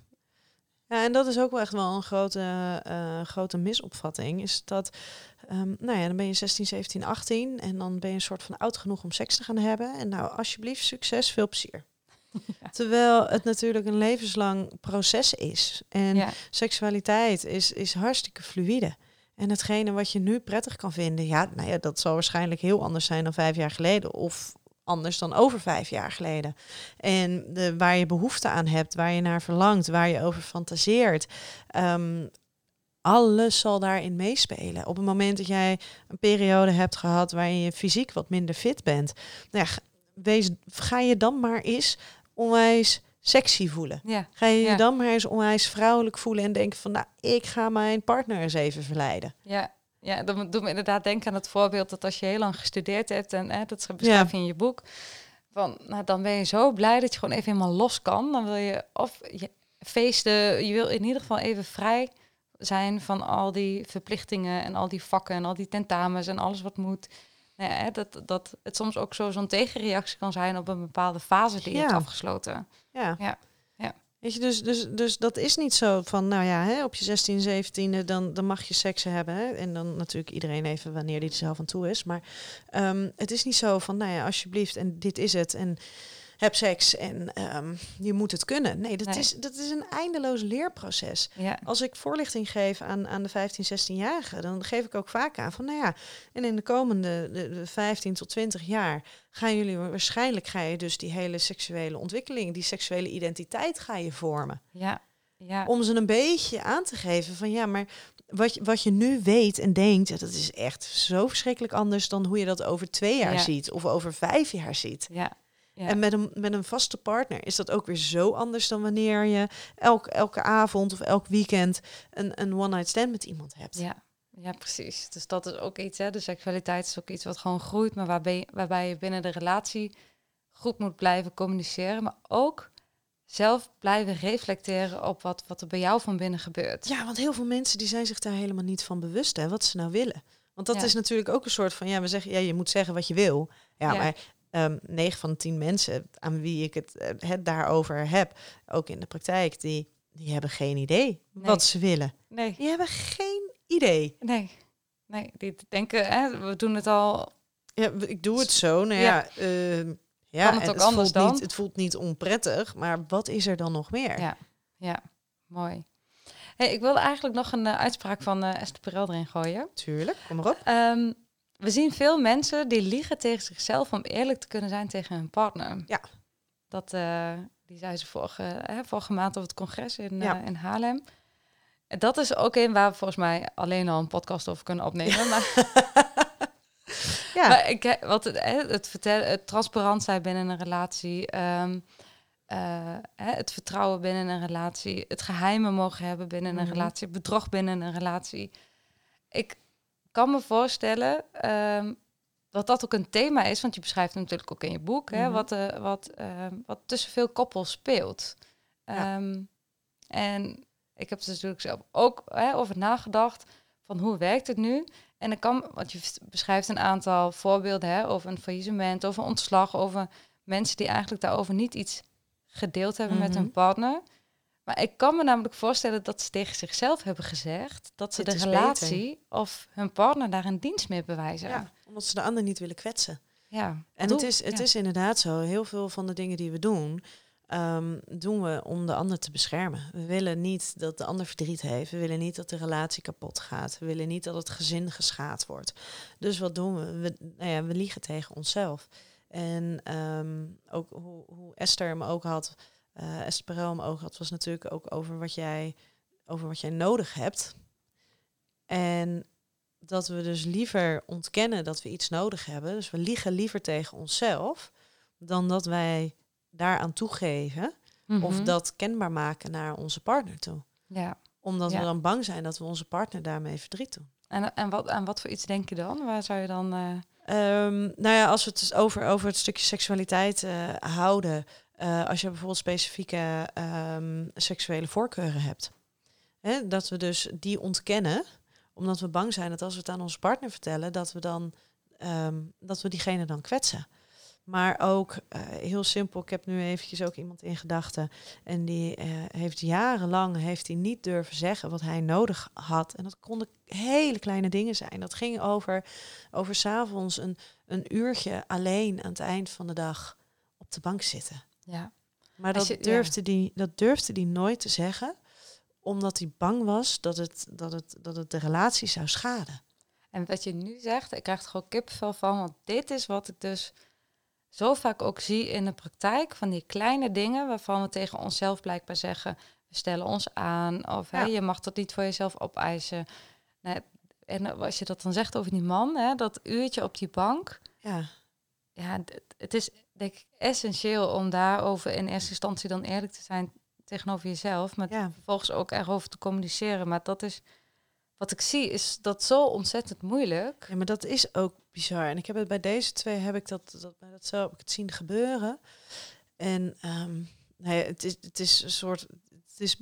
Ja, en dat is ook wel echt wel een grote, uh, grote misopvatting. Is dat, um, nou ja, dan ben je zestien, zeventien, achttien en dan ben je een soort van oud genoeg om seks te gaan hebben. En nou, alsjeblieft, succes, veel plezier. Ja. Terwijl het natuurlijk een levenslang proces is. En ja. seksualiteit is, is hartstikke fluïde. En hetgene wat je nu prettig kan vinden, ja, nou ja, dat zal waarschijnlijk heel anders zijn dan vijf jaar geleden. Of anders dan over vijf jaar geleden. En de, waar je behoefte aan hebt, waar je naar verlangt, waar je over fantaseert. Um, alles zal daarin meespelen. Op het moment dat jij een periode hebt gehad waarin je fysiek wat minder fit bent, nou ja, wees, ga je dan maar eens onwijs sexy voelen. Ja. Ga je je ja. dan maar eens onwijs vrouwelijk voelen en denken van, nou, ik ga mijn partner eens even verleiden. Ja. Ja, dat doet me inderdaad denken aan het voorbeeld dat als je heel lang gestudeerd hebt en hè, dat beschrijf je ja. in je boek, van, nou, dan ben je zo blij dat je gewoon even helemaal los kan. Dan wil je of je feesten, je wil in ieder geval even vrij zijn van al die verplichtingen en al die vakken en al die tentamens en alles wat moet. Nou ja, dat, dat het soms ook zo zo'n tegenreactie kan zijn op een bepaalde fase die je ja. hebt afgesloten. Ja. ja. ja. Weet je, dus, dus, dus dat is niet zo van, nou ja, hè, op je zestien, zeventiende, dan, dan mag je seksen hebben. Hè? En dan natuurlijk iedereen even wanneer die er zelf aan toe is. Maar um, het is niet zo van, nou ja, alsjeblieft, en dit is het. En heb seks en um, je moet het kunnen. Nee, dat, nee. Is, dat is een eindeloos leerproces. Ja. Als ik voorlichting geef aan, aan de vijftien, zestienjarigen, dan geef ik ook vaak aan van, nou ja, en in de komende de, de vijftien tot twintig jaar gaan jullie waarschijnlijk, ga je dus die hele seksuele ontwikkeling, die seksuele identiteit ga je vormen. Ja. Ja. Om ze een beetje aan te geven van, ja, maar wat je, wat je nu weet en denkt, dat is echt zo verschrikkelijk anders dan hoe je dat over twee jaar ja. ziet of over vijf jaar ziet. Ja. Ja. En met een, met een vaste partner is dat ook weer zo anders dan wanneer je elk, elke avond of elk weekend een, een one-night stand met iemand hebt. Ja. ja, precies. Dus dat is ook iets, hè. De seksualiteit is ook iets wat gewoon groeit, maar waarbij, waarbij je binnen de relatie goed moet blijven communiceren, maar ook zelf blijven reflecteren op wat, wat er bij jou van binnen gebeurt. Ja, want heel veel mensen die zijn zich daar helemaal niet van bewust, hè, wat ze nou willen. Want dat ja. is natuurlijk ook een soort van, ja, we zeggen, ja, je moet zeggen wat je wil. Ja, ja. maar Um, negen van de tien mensen aan wie ik het, uh, het daarover heb, ook in de praktijk, die, die hebben geen idee nee. wat ze willen. Nee. Die hebben geen idee. Nee, nee. Die denken, hè, we doen het al. Ja, ik doe het zo. Nou ja, ja, uh, ja kan het ook het anders voelt dan? Niet, het voelt niet onprettig, maar wat is er dan nog meer? Ja, ja, mooi. Hey, ik wilde eigenlijk nog een uh, uitspraak van uh, Esther Perel erin gooien. Tuurlijk, kom maar op. Um, We zien veel mensen die liegen tegen zichzelf om eerlijk te kunnen zijn tegen hun partner. Ja. Dat, uh, die zei ze vorige, hè, vorige maand op het congres in, ja. uh, in Haarlem. En dat is ook een waar we volgens mij alleen al een podcast over kunnen opnemen. Ja. Maar, ja. maar ik, wat het, het, vertellen, het transparant zijn binnen een relatie, um, uh, het vertrouwen binnen een relatie, het geheimen mogen hebben binnen een mm-hmm. relatie, bedrog binnen een relatie. Ik kan me voorstellen um, dat dat ook een thema is, want je beschrijft het natuurlijk ook in je boek, mm-hmm. hè, wat, uh, wat, uh, wat tussen veel koppels speelt. Ja. Um, en ik heb er natuurlijk zelf ook hè, over nagedacht van hoe werkt het nu? En ik kan, want je beschrijft een aantal voorbeelden hè, over een faillissement, over ontslag, over mensen die eigenlijk daarover niet iets gedeeld hebben mm-hmm. met hun partner. Maar ik kan me namelijk voorstellen dat ze tegen zichzelf hebben gezegd dat ze Dit de relatie beter. Of hun partner daar een dienst mee bewijzen. Ja, omdat ze de ander niet willen kwetsen. Ja. En het is, het ja. is inderdaad zo, heel veel van de dingen die we doen, um, doen we om de ander te beschermen. We willen niet dat de ander verdriet heeft. We willen niet dat de relatie kapot gaat. We willen niet dat het gezin geschaad wordt. Dus wat doen we? We, nou ja, we liegen tegen onszelf. En um, ook hoe, hoe Esther me ook had... Uh, Esther Perel me ook had, was natuurlijk ook over wat jij, over wat jij nodig hebt. En dat we dus liever ontkennen dat we iets nodig hebben. Dus we liegen liever tegen onszelf dan dat wij daaraan toegeven Mhm. of dat kenbaar maken naar onze partner toe. Ja. Omdat Ja. we dan bang zijn dat we onze partner daarmee verdriet doen. En, en wat, aan wat voor iets denk je dan? Waar zou je dan... eh, Um, nou ja, als we het dus over, over het stukje seksualiteit uh, houden. Uh, als je bijvoorbeeld specifieke um, seksuele voorkeuren hebt. Hè, dat we dus die ontkennen. Omdat we bang zijn dat als we het aan onze partner vertellen, dat we dan um, dat we diegene dan kwetsen. Maar ook uh, heel simpel, ik heb nu eventjes ook iemand in gedachten. En die uh, heeft jarenlang heeft hij niet durven zeggen wat hij nodig had. En dat konden hele kleine dingen zijn. Dat ging over, over 's avonds een, een uurtje alleen aan het eind van de dag op de bank zitten. ja. Maar Als dat, je- durfde die, dat durfde die nooit te zeggen, omdat hij bang was dat het, dat het, dat het de relatie zou schaden. En wat je nu zegt, ik krijg er gewoon kippenvel van. Want dit is wat ik dus zo vaak ook zie in de praktijk. Van die kleine dingen waarvan we tegen onszelf blijkbaar zeggen... we stellen ons aan of hè, Ja. je mag dat niet voor jezelf opeisen. Nou, en als je dat dan zegt over die man, hè, dat uurtje op die bank... Ja, Ja, d- het is denk ik essentieel om daarover in eerste instantie dan eerlijk te zijn tegenover jezelf. Maar ja. vervolgens ook erover te communiceren. Maar dat is, wat ik zie, is dat zo ontzettend moeilijk. Ja, maar dat is ook bizar. En ik heb het bij deze twee heb ik dat, dat bij dat zo heb ik het zien gebeuren. En um, nee, het is het is een soort het is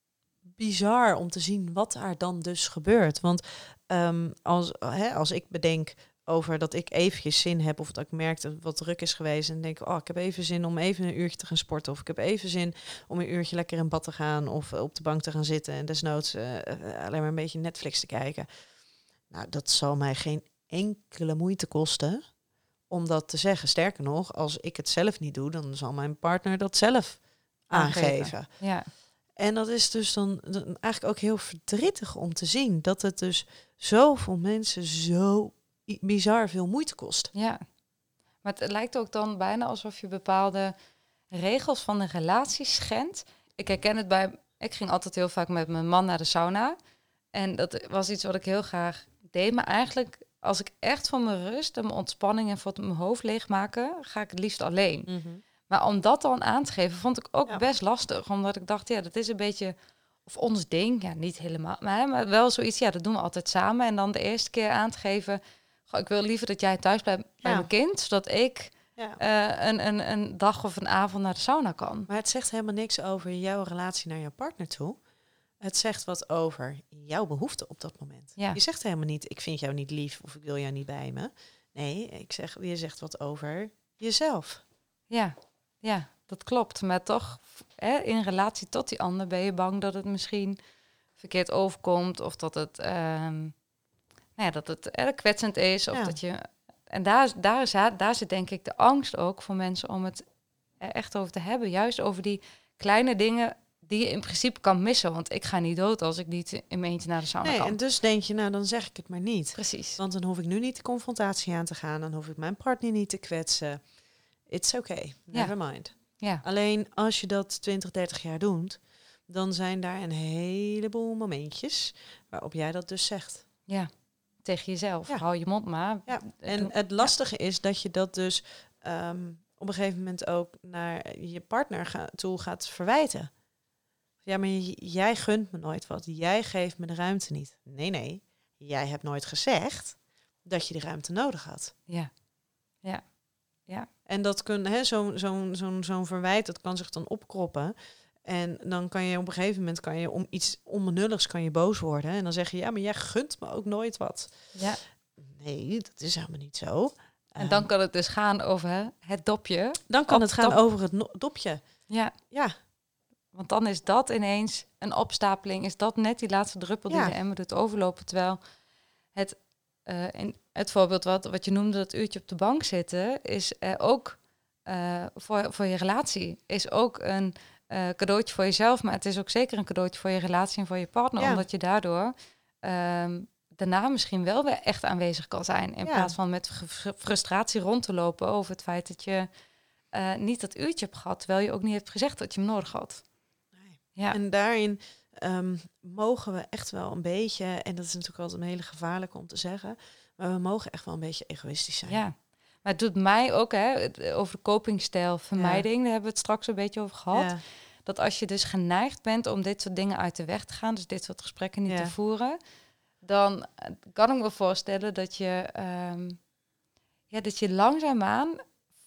bizar om te zien wat er dan dus gebeurt. Want um, als hè, als ik bedenk over dat ik eventjes zin heb of dat ik merk dat het wat druk is geweest en denk, oh, ik heb even zin om even een uurtje te gaan sporten of ik heb even zin om een uurtje lekker in bad te gaan of op de bank te gaan zitten en desnoods uh, alleen maar een beetje Netflix te kijken. Nou, dat zal mij geen enkele moeite kosten om dat te zeggen. Sterker nog, als ik het zelf niet doe, dan zal mijn partner dat zelf aangeven. Aangeven. Ja, En dat is dus dan, dan eigenlijk ook heel verdrietig om te zien dat het dus zoveel mensen zo i- bizar veel moeite kost. ja. Maar het lijkt ook dan bijna alsof je bepaalde regels van de relatie schendt. Ik herken het bij... Ik ging altijd heel vaak met mijn man naar de sauna. En dat was iets wat ik heel graag deed. Maar eigenlijk, als ik echt van mijn rust en mijn ontspanning en voor mijn hoofd leegmaken, ga ik het liefst alleen. Maar om dat dan aan te geven, vond ik ook Ja. best lastig. Omdat ik dacht, ja, dat is een beetje... Of ons ding, ja, niet helemaal. Maar, maar wel zoiets, ja, dat doen we altijd samen. En dan de eerste keer aan te geven... Goh, ik wil liever dat jij thuis blijft bij Ja. mijn kind, zodat ik Ja. uh, een, een, een dag of een avond naar de sauna kan. Maar het zegt helemaal niks over jouw relatie naar jouw partner toe. Het zegt wat over jouw behoefte op dat moment. Ja. Je zegt helemaal niet, ik vind jou niet lief of ik wil jou niet bij me. Nee, ik zeg, je zegt wat over jezelf. Ja, ja, dat klopt. Maar toch, hè, in relatie tot die ander ben je bang dat het misschien verkeerd overkomt. Of dat het, um, nou ja, dat het eh, kwetsend is. Of Ja. dat je, en daar, daar, is, daar zit denk ik de angst ook voor mensen om het er echt over te hebben. Juist over die kleine dingen die je in principe kan missen. Want ik ga niet dood als ik niet in mijn eentje naar de sauna Nee, kan. en dus denk je, nou dan zeg ik het maar niet. Precies. Want dan hoef ik nu niet de confrontatie aan te gaan. Dan hoef ik mijn partner niet te kwetsen. It's okay, never mind. Ja, Alleen als je dat twintig, dertig jaar doet, dan zijn daar een heleboel momentjes waarop jij dat dus zegt. ja. Tegen jezelf. Ja. Hou je mond maar. Ja. En Doe- het lastige is dat je dat dus um, op een gegeven moment ook naar je partner ga- toe gaat verwijten. Ja, maar j- jij gunt me nooit wat. Jij geeft me de ruimte niet. Nee, nee. Jij hebt nooit gezegd dat je die ruimte nodig had. Ja, ja, ja. En dat kun, hè, zo'n zo'n zo'n zo'n verwijt, dat kan zich dan opkroppen. En dan kan je op een gegeven moment kan je om iets onbenulligs kan je boos worden. En dan zeg je, ja, maar jij gunt me ook nooit wat. ja. Nee, dat is helemaal niet zo. En dan Um, kan het dus gaan over hè, het dopje. dan kan op het gaan top. over het no- dopje. Ja, Ja, want dan is dat ineens een opstapeling. Is dat net die laatste druppel Ja. die de emmer doet overlopen. Terwijl het, uh, in het voorbeeld wat, wat je noemde, dat uurtje op de bank zitten, is uh, ook uh, voor, voor je relatie. Is ook een uh, cadeautje voor jezelf. Maar het is ook zeker een cadeautje voor je relatie en voor je partner. Ja. Omdat je daardoor um, daarna misschien wel weer echt aanwezig kan zijn. In Ja. plaats van met fr- frustratie rond te lopen over het feit dat je uh, niet dat uurtje hebt gehad. Terwijl je ook niet hebt gezegd dat je hem nodig had. Nee. Ja. En daarin um, mogen we echt wel een beetje, en dat is natuurlijk altijd een hele gevaarlijke om te zeggen, maar we mogen echt wel een beetje egoïstisch zijn. Ja, maar het doet mij ook, hè, het- over copingstijl, vermijding, daar hebben we het straks een beetje over gehad. Ja. Dat als je dus geneigd bent om dit soort dingen uit de weg te gaan, dus dit soort gesprekken niet Ja. te voeren, dan eh, kan ik me voorstellen dat je, ehm, ja, dat je langzaamaan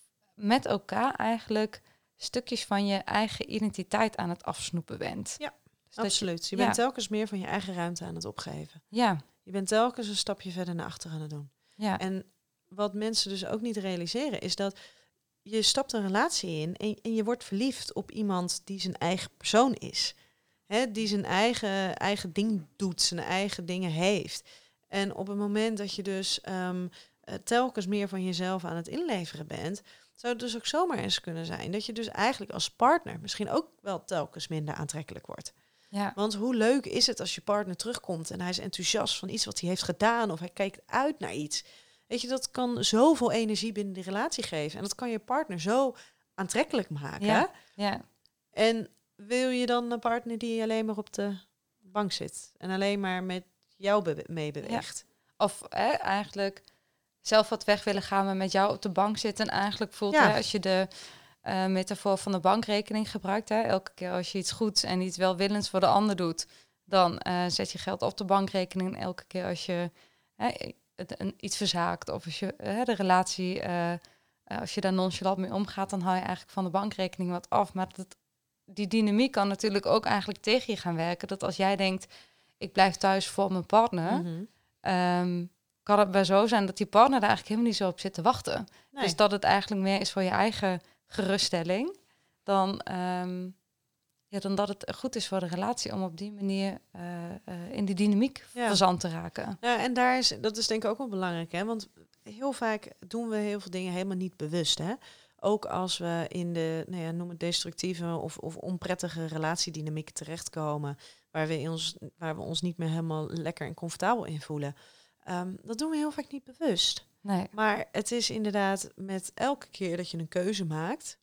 met elkaar eigenlijk stukjes van je eigen identiteit aan het afsnoepen bent. Ja, Dus dat absoluut. Je, ja. bent telkens meer van je eigen ruimte aan het opgeven. Ja, Je bent telkens een stapje verder naar achter aan het doen. ja, En wat mensen dus ook niet realiseren is dat je stapt een relatie in en, en je wordt verliefd op iemand die zijn eigen persoon is. Hè, die zijn eigen, eigen ding doet, zijn eigen dingen heeft. En op het moment dat je dus um, uh, telkens meer van jezelf aan het inleveren bent, zou het dus ook zomaar eens kunnen zijn dat je dus eigenlijk als partner misschien ook wel telkens minder aantrekkelijk wordt. ja. Want hoe leuk is het als je partner terugkomt en hij is enthousiast van iets wat hij heeft gedaan of hij kijkt uit naar iets. Weet je, dat kan zoveel energie binnen die relatie geven. En dat kan je partner zo aantrekkelijk maken. Ja, ja. En wil je dan een partner die alleen maar op de bank zit en alleen maar met jou be- meebeweegt? Ja. Of hè, eigenlijk zelf wat weg willen gaan, maar met jou op de bank zitten. En eigenlijk voelt, Ja. hè, als je de uh, metafoor van de bankrekening gebruikt, hè, elke keer als je iets goeds en iets welwillends voor de ander doet, dan uh, zet je geld op de bankrekening. En elke keer als je hè, het, een, iets verzaakt of als je hè, de relatie, uh, uh, als je daar nonchalant mee omgaat, dan haal je eigenlijk van de bankrekening wat af. Maar dat, die dynamiek kan natuurlijk ook eigenlijk tegen je gaan werken. Dat als jij denkt, ik blijf thuis voor mijn partner, Mm-hmm. um, kan het wel zo zijn dat die partner daar eigenlijk helemaal niet zo op zit te wachten. Nee. Dus dat het eigenlijk meer is voor je eigen geruststelling dan, um, ja, dan dat het goed is voor de relatie om op die manier uh, uh, in die dynamiek Ja. verzand te raken. Ja, en daar is, dat is denk ik ook wel belangrijk, hè? Want heel vaak doen we heel veel dingen helemaal niet bewust, hè? Ook als we in de, nou ja, noem het destructieve of, of onprettige relatiedynamiek terechtkomen, waar we, in ons, waar we ons niet meer helemaal lekker en comfortabel in voelen. Um, dat doen we heel vaak niet bewust. Nee. Maar het is inderdaad met elke keer dat je een keuze maakt,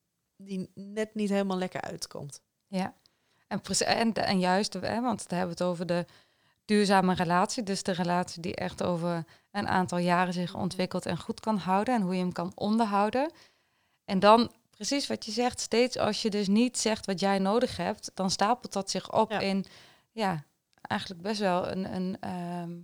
die net niet helemaal lekker uitkomt. Ja, en, en, en juist, hè, want dan hebben we het over de duurzame relatie. Dus de relatie die echt over een aantal jaren zich ontwikkelt en goed kan houden en hoe je hem kan onderhouden. En dan, precies wat je zegt, steeds als je dus niet zegt wat jij nodig hebt, dan stapelt dat zich op ja. in, ja, eigenlijk best wel een, een, um,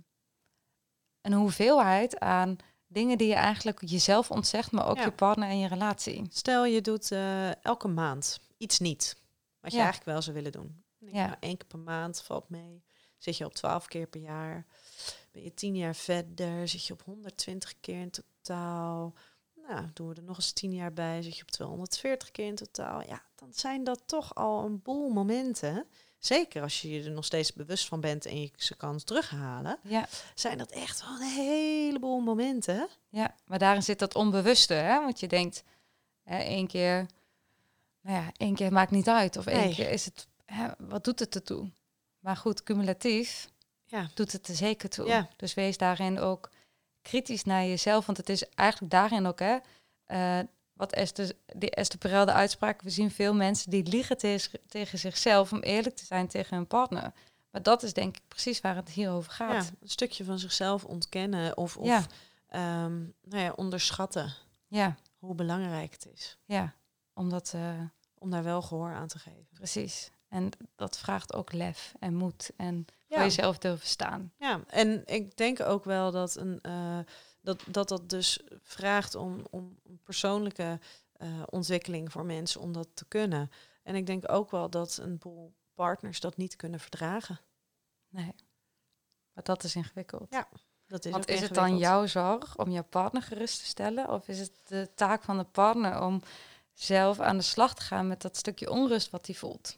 een hoeveelheid aan dingen die je eigenlijk jezelf ontzegt, maar ook ja. je partner en je relatie. Stel, je doet uh, elke maand iets niet, wat je ja. eigenlijk wel zou willen doen. Denk, ja. nou, één keer per maand valt mee. Zit je op twaalf keer per jaar. Ben je tien jaar verder, zit je op honderdtwintig keer in totaal. Nou, doen we er nog eens tien jaar bij, zit je op tweehonderdveertig keer in totaal. Ja, dan zijn dat toch al een boel momenten. Zeker als je je er nog steeds bewust van bent en je ze kan terughalen. Ja. Zijn dat echt wel een heleboel momenten. Ja, maar daarin zit dat onbewuste, hè? Want je denkt, hè, één keer, nou ja, één keer maakt niet uit. Of één nee. keer is het, hè, wat doet het ertoe? Maar goed, cumulatief ja. doet het er zeker toe. Ja. Dus wees daarin ook kritisch naar jezelf. Want het is eigenlijk daarin ook, hè, uh, wat Esther, die Esther Perel de uitspraak, we zien veel mensen die liegen te- tegen zichzelf om eerlijk te zijn tegen hun partner. Maar dat is denk ik precies waar het hier over gaat. Ja, een stukje van zichzelf ontkennen of, of ja. Um, nou ja, onderschatten ja. hoe belangrijk het is. Ja, omdat, uh, om daar wel gehoor aan te geven. Precies. En dat vraagt ook lef en moed en ja. voor jezelf durven staan. Ja, en ik denk ook wel dat een, uh, dat, dat dat dus vraagt om, om persoonlijke uh, ontwikkeling voor mensen om dat te kunnen. En ik denk ook wel dat een boel partners dat niet kunnen verdragen. Nee, maar dat is ingewikkeld. Ja, dat is Want ook is het dan jouw zorg om jouw partner gerust te stellen? Of is het de taak van de partner om zelf aan de slag te gaan met dat stukje onrust wat hij voelt?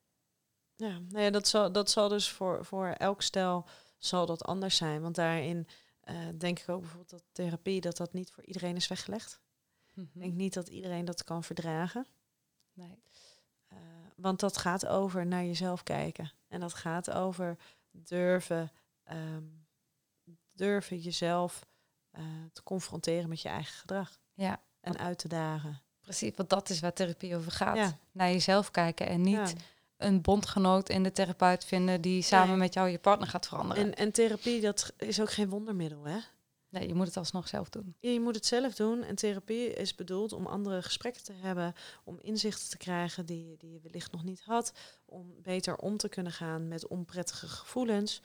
Ja, nou ja, dat zal, dat zal dus voor, voor elk stel zal dat anders zijn. Want daarin uh, denk ik ook bijvoorbeeld dat therapie, dat dat niet voor iedereen is weggelegd. Mm-hmm. Ik denk niet dat iedereen dat kan verdragen. Nee. Uh, want dat gaat over naar jezelf kijken. En dat gaat over durven, um, durven jezelf uh, te confronteren met je eigen gedrag. Ja. En uit te dagen. Precies, want dat is waar therapie over gaat. Ja. Naar jezelf kijken en niet een bondgenoot in de therapeut vinden die samen Nee. met jou je partner gaat veranderen. En, en therapie, dat is ook geen wondermiddel, hè? Nee, je moet het alsnog zelf doen. Je moet het zelf doen. En therapie is bedoeld om andere gesprekken te hebben, om inzichten te krijgen die, die je wellicht nog niet had, om beter om te kunnen gaan met onprettige gevoelens.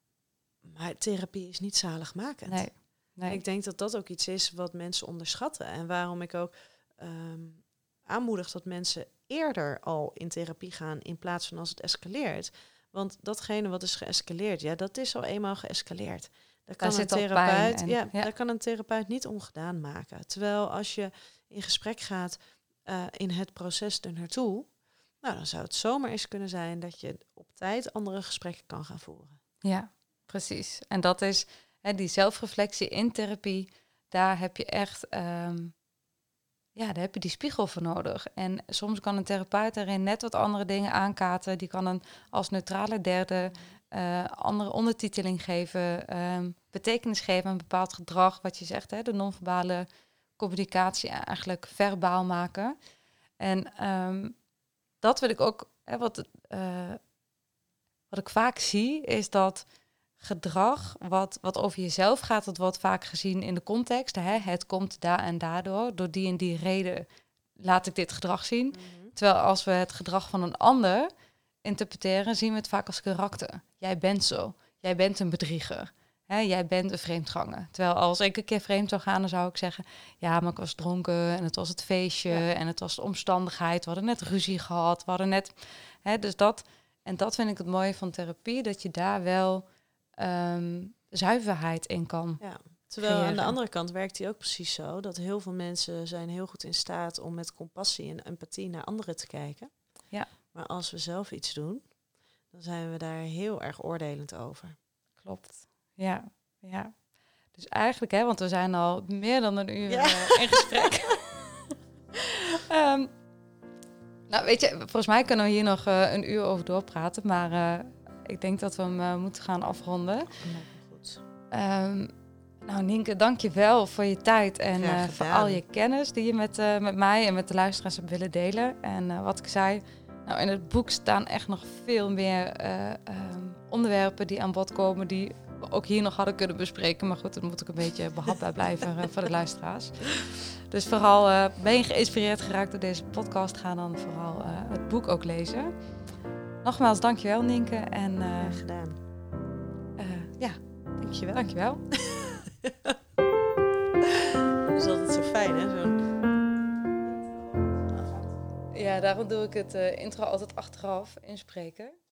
Maar therapie is niet zaligmakend. Nee, nee. Ik denk dat dat ook iets is wat mensen onderschatten. En waarom ik ook um, aanmoedig dat mensen eerder al in therapie gaan in plaats van als het escaleert. Want datgene wat is geëscaleerd, ja, dat is al eenmaal geëscaleerd. Daar kan, een therapeut, en, ja, ja. daar kan een therapeut niet ongedaan maken. Terwijl als je in gesprek gaat uh, in het proces ernaartoe, nou, dan zou het zomaar eens kunnen zijn dat je op tijd andere gesprekken kan gaan voeren. Ja, precies. En dat is hè, die zelfreflectie in therapie. Daar heb je echt, um, ja, daar heb je die spiegel voor nodig. En soms kan een therapeut daarin net wat andere dingen aankaarten. Die kan een als neutrale derde uh, andere ondertiteling geven, um, betekenis geven aan een bepaald gedrag, wat je zegt, hè, de non-verbale communicatie eigenlijk verbaal maken. En um, dat wil ik ook, hè, wat, uh, wat ik vaak zie, is dat gedrag wat, wat over jezelf gaat, dat wordt vaak gezien in de context. Hè? Het komt daar en daardoor. Door die en die reden laat ik dit gedrag zien. Mm-hmm. Terwijl als we het gedrag van een ander interpreteren, zien we het vaak als karakter. Jij bent zo. Jij bent een bedrieger. Hè? Jij bent een vreemdganger. Terwijl als ik een keer vreemd zou gaan, dan zou ik zeggen, ja, maar ik was dronken en het was het feestje ja. en het was de omstandigheid. We hadden net ruzie gehad. We hadden net... Hè, dus dat... En dat vind ik het mooie van therapie, dat je daar wel um, zuiverheid in kan. Ja, terwijl creëren. Aan de andere kant werkt die ook precies zo, dat heel veel mensen zijn heel goed in staat om met compassie en empathie naar anderen te kijken. Ja. Maar als we zelf iets doen, dan zijn we daar heel erg oordelend over. Klopt, ja. ja. Dus eigenlijk, hè, want we zijn al meer dan een uur ja. uh, in gesprek. um, Nou, weet je, volgens mij kunnen we hier nog uh, een uur over doorpraten. Maar uh, ik denk dat we hem uh, moeten gaan afronden. Ja, goed. Um, nou, Nienke, dank je wel voor je tijd en uh, voor al je kennis die je met, uh, met mij en met de luisteraars hebt willen delen. En uh, wat ik zei, nou, in het boek staan echt nog veel meer uh, um, onderwerpen die aan bod komen, die we ook hier nog hadden kunnen bespreken. Maar goed, dat moet ik een beetje behapbaar blijven uh, voor de luisteraars. Dus vooral uh, ben je geïnspireerd geraakt door deze podcast, ga dan vooral uh, het boek ook lezen. Nogmaals, dankjewel Nienke. En, uh, ja, gedaan. Uh, ja, dankjewel. Dankjewel. Dat is altijd zo fijn, hè? Zo'n... Ja, daarom doe ik het uh, intro altijd achteraf inspreken.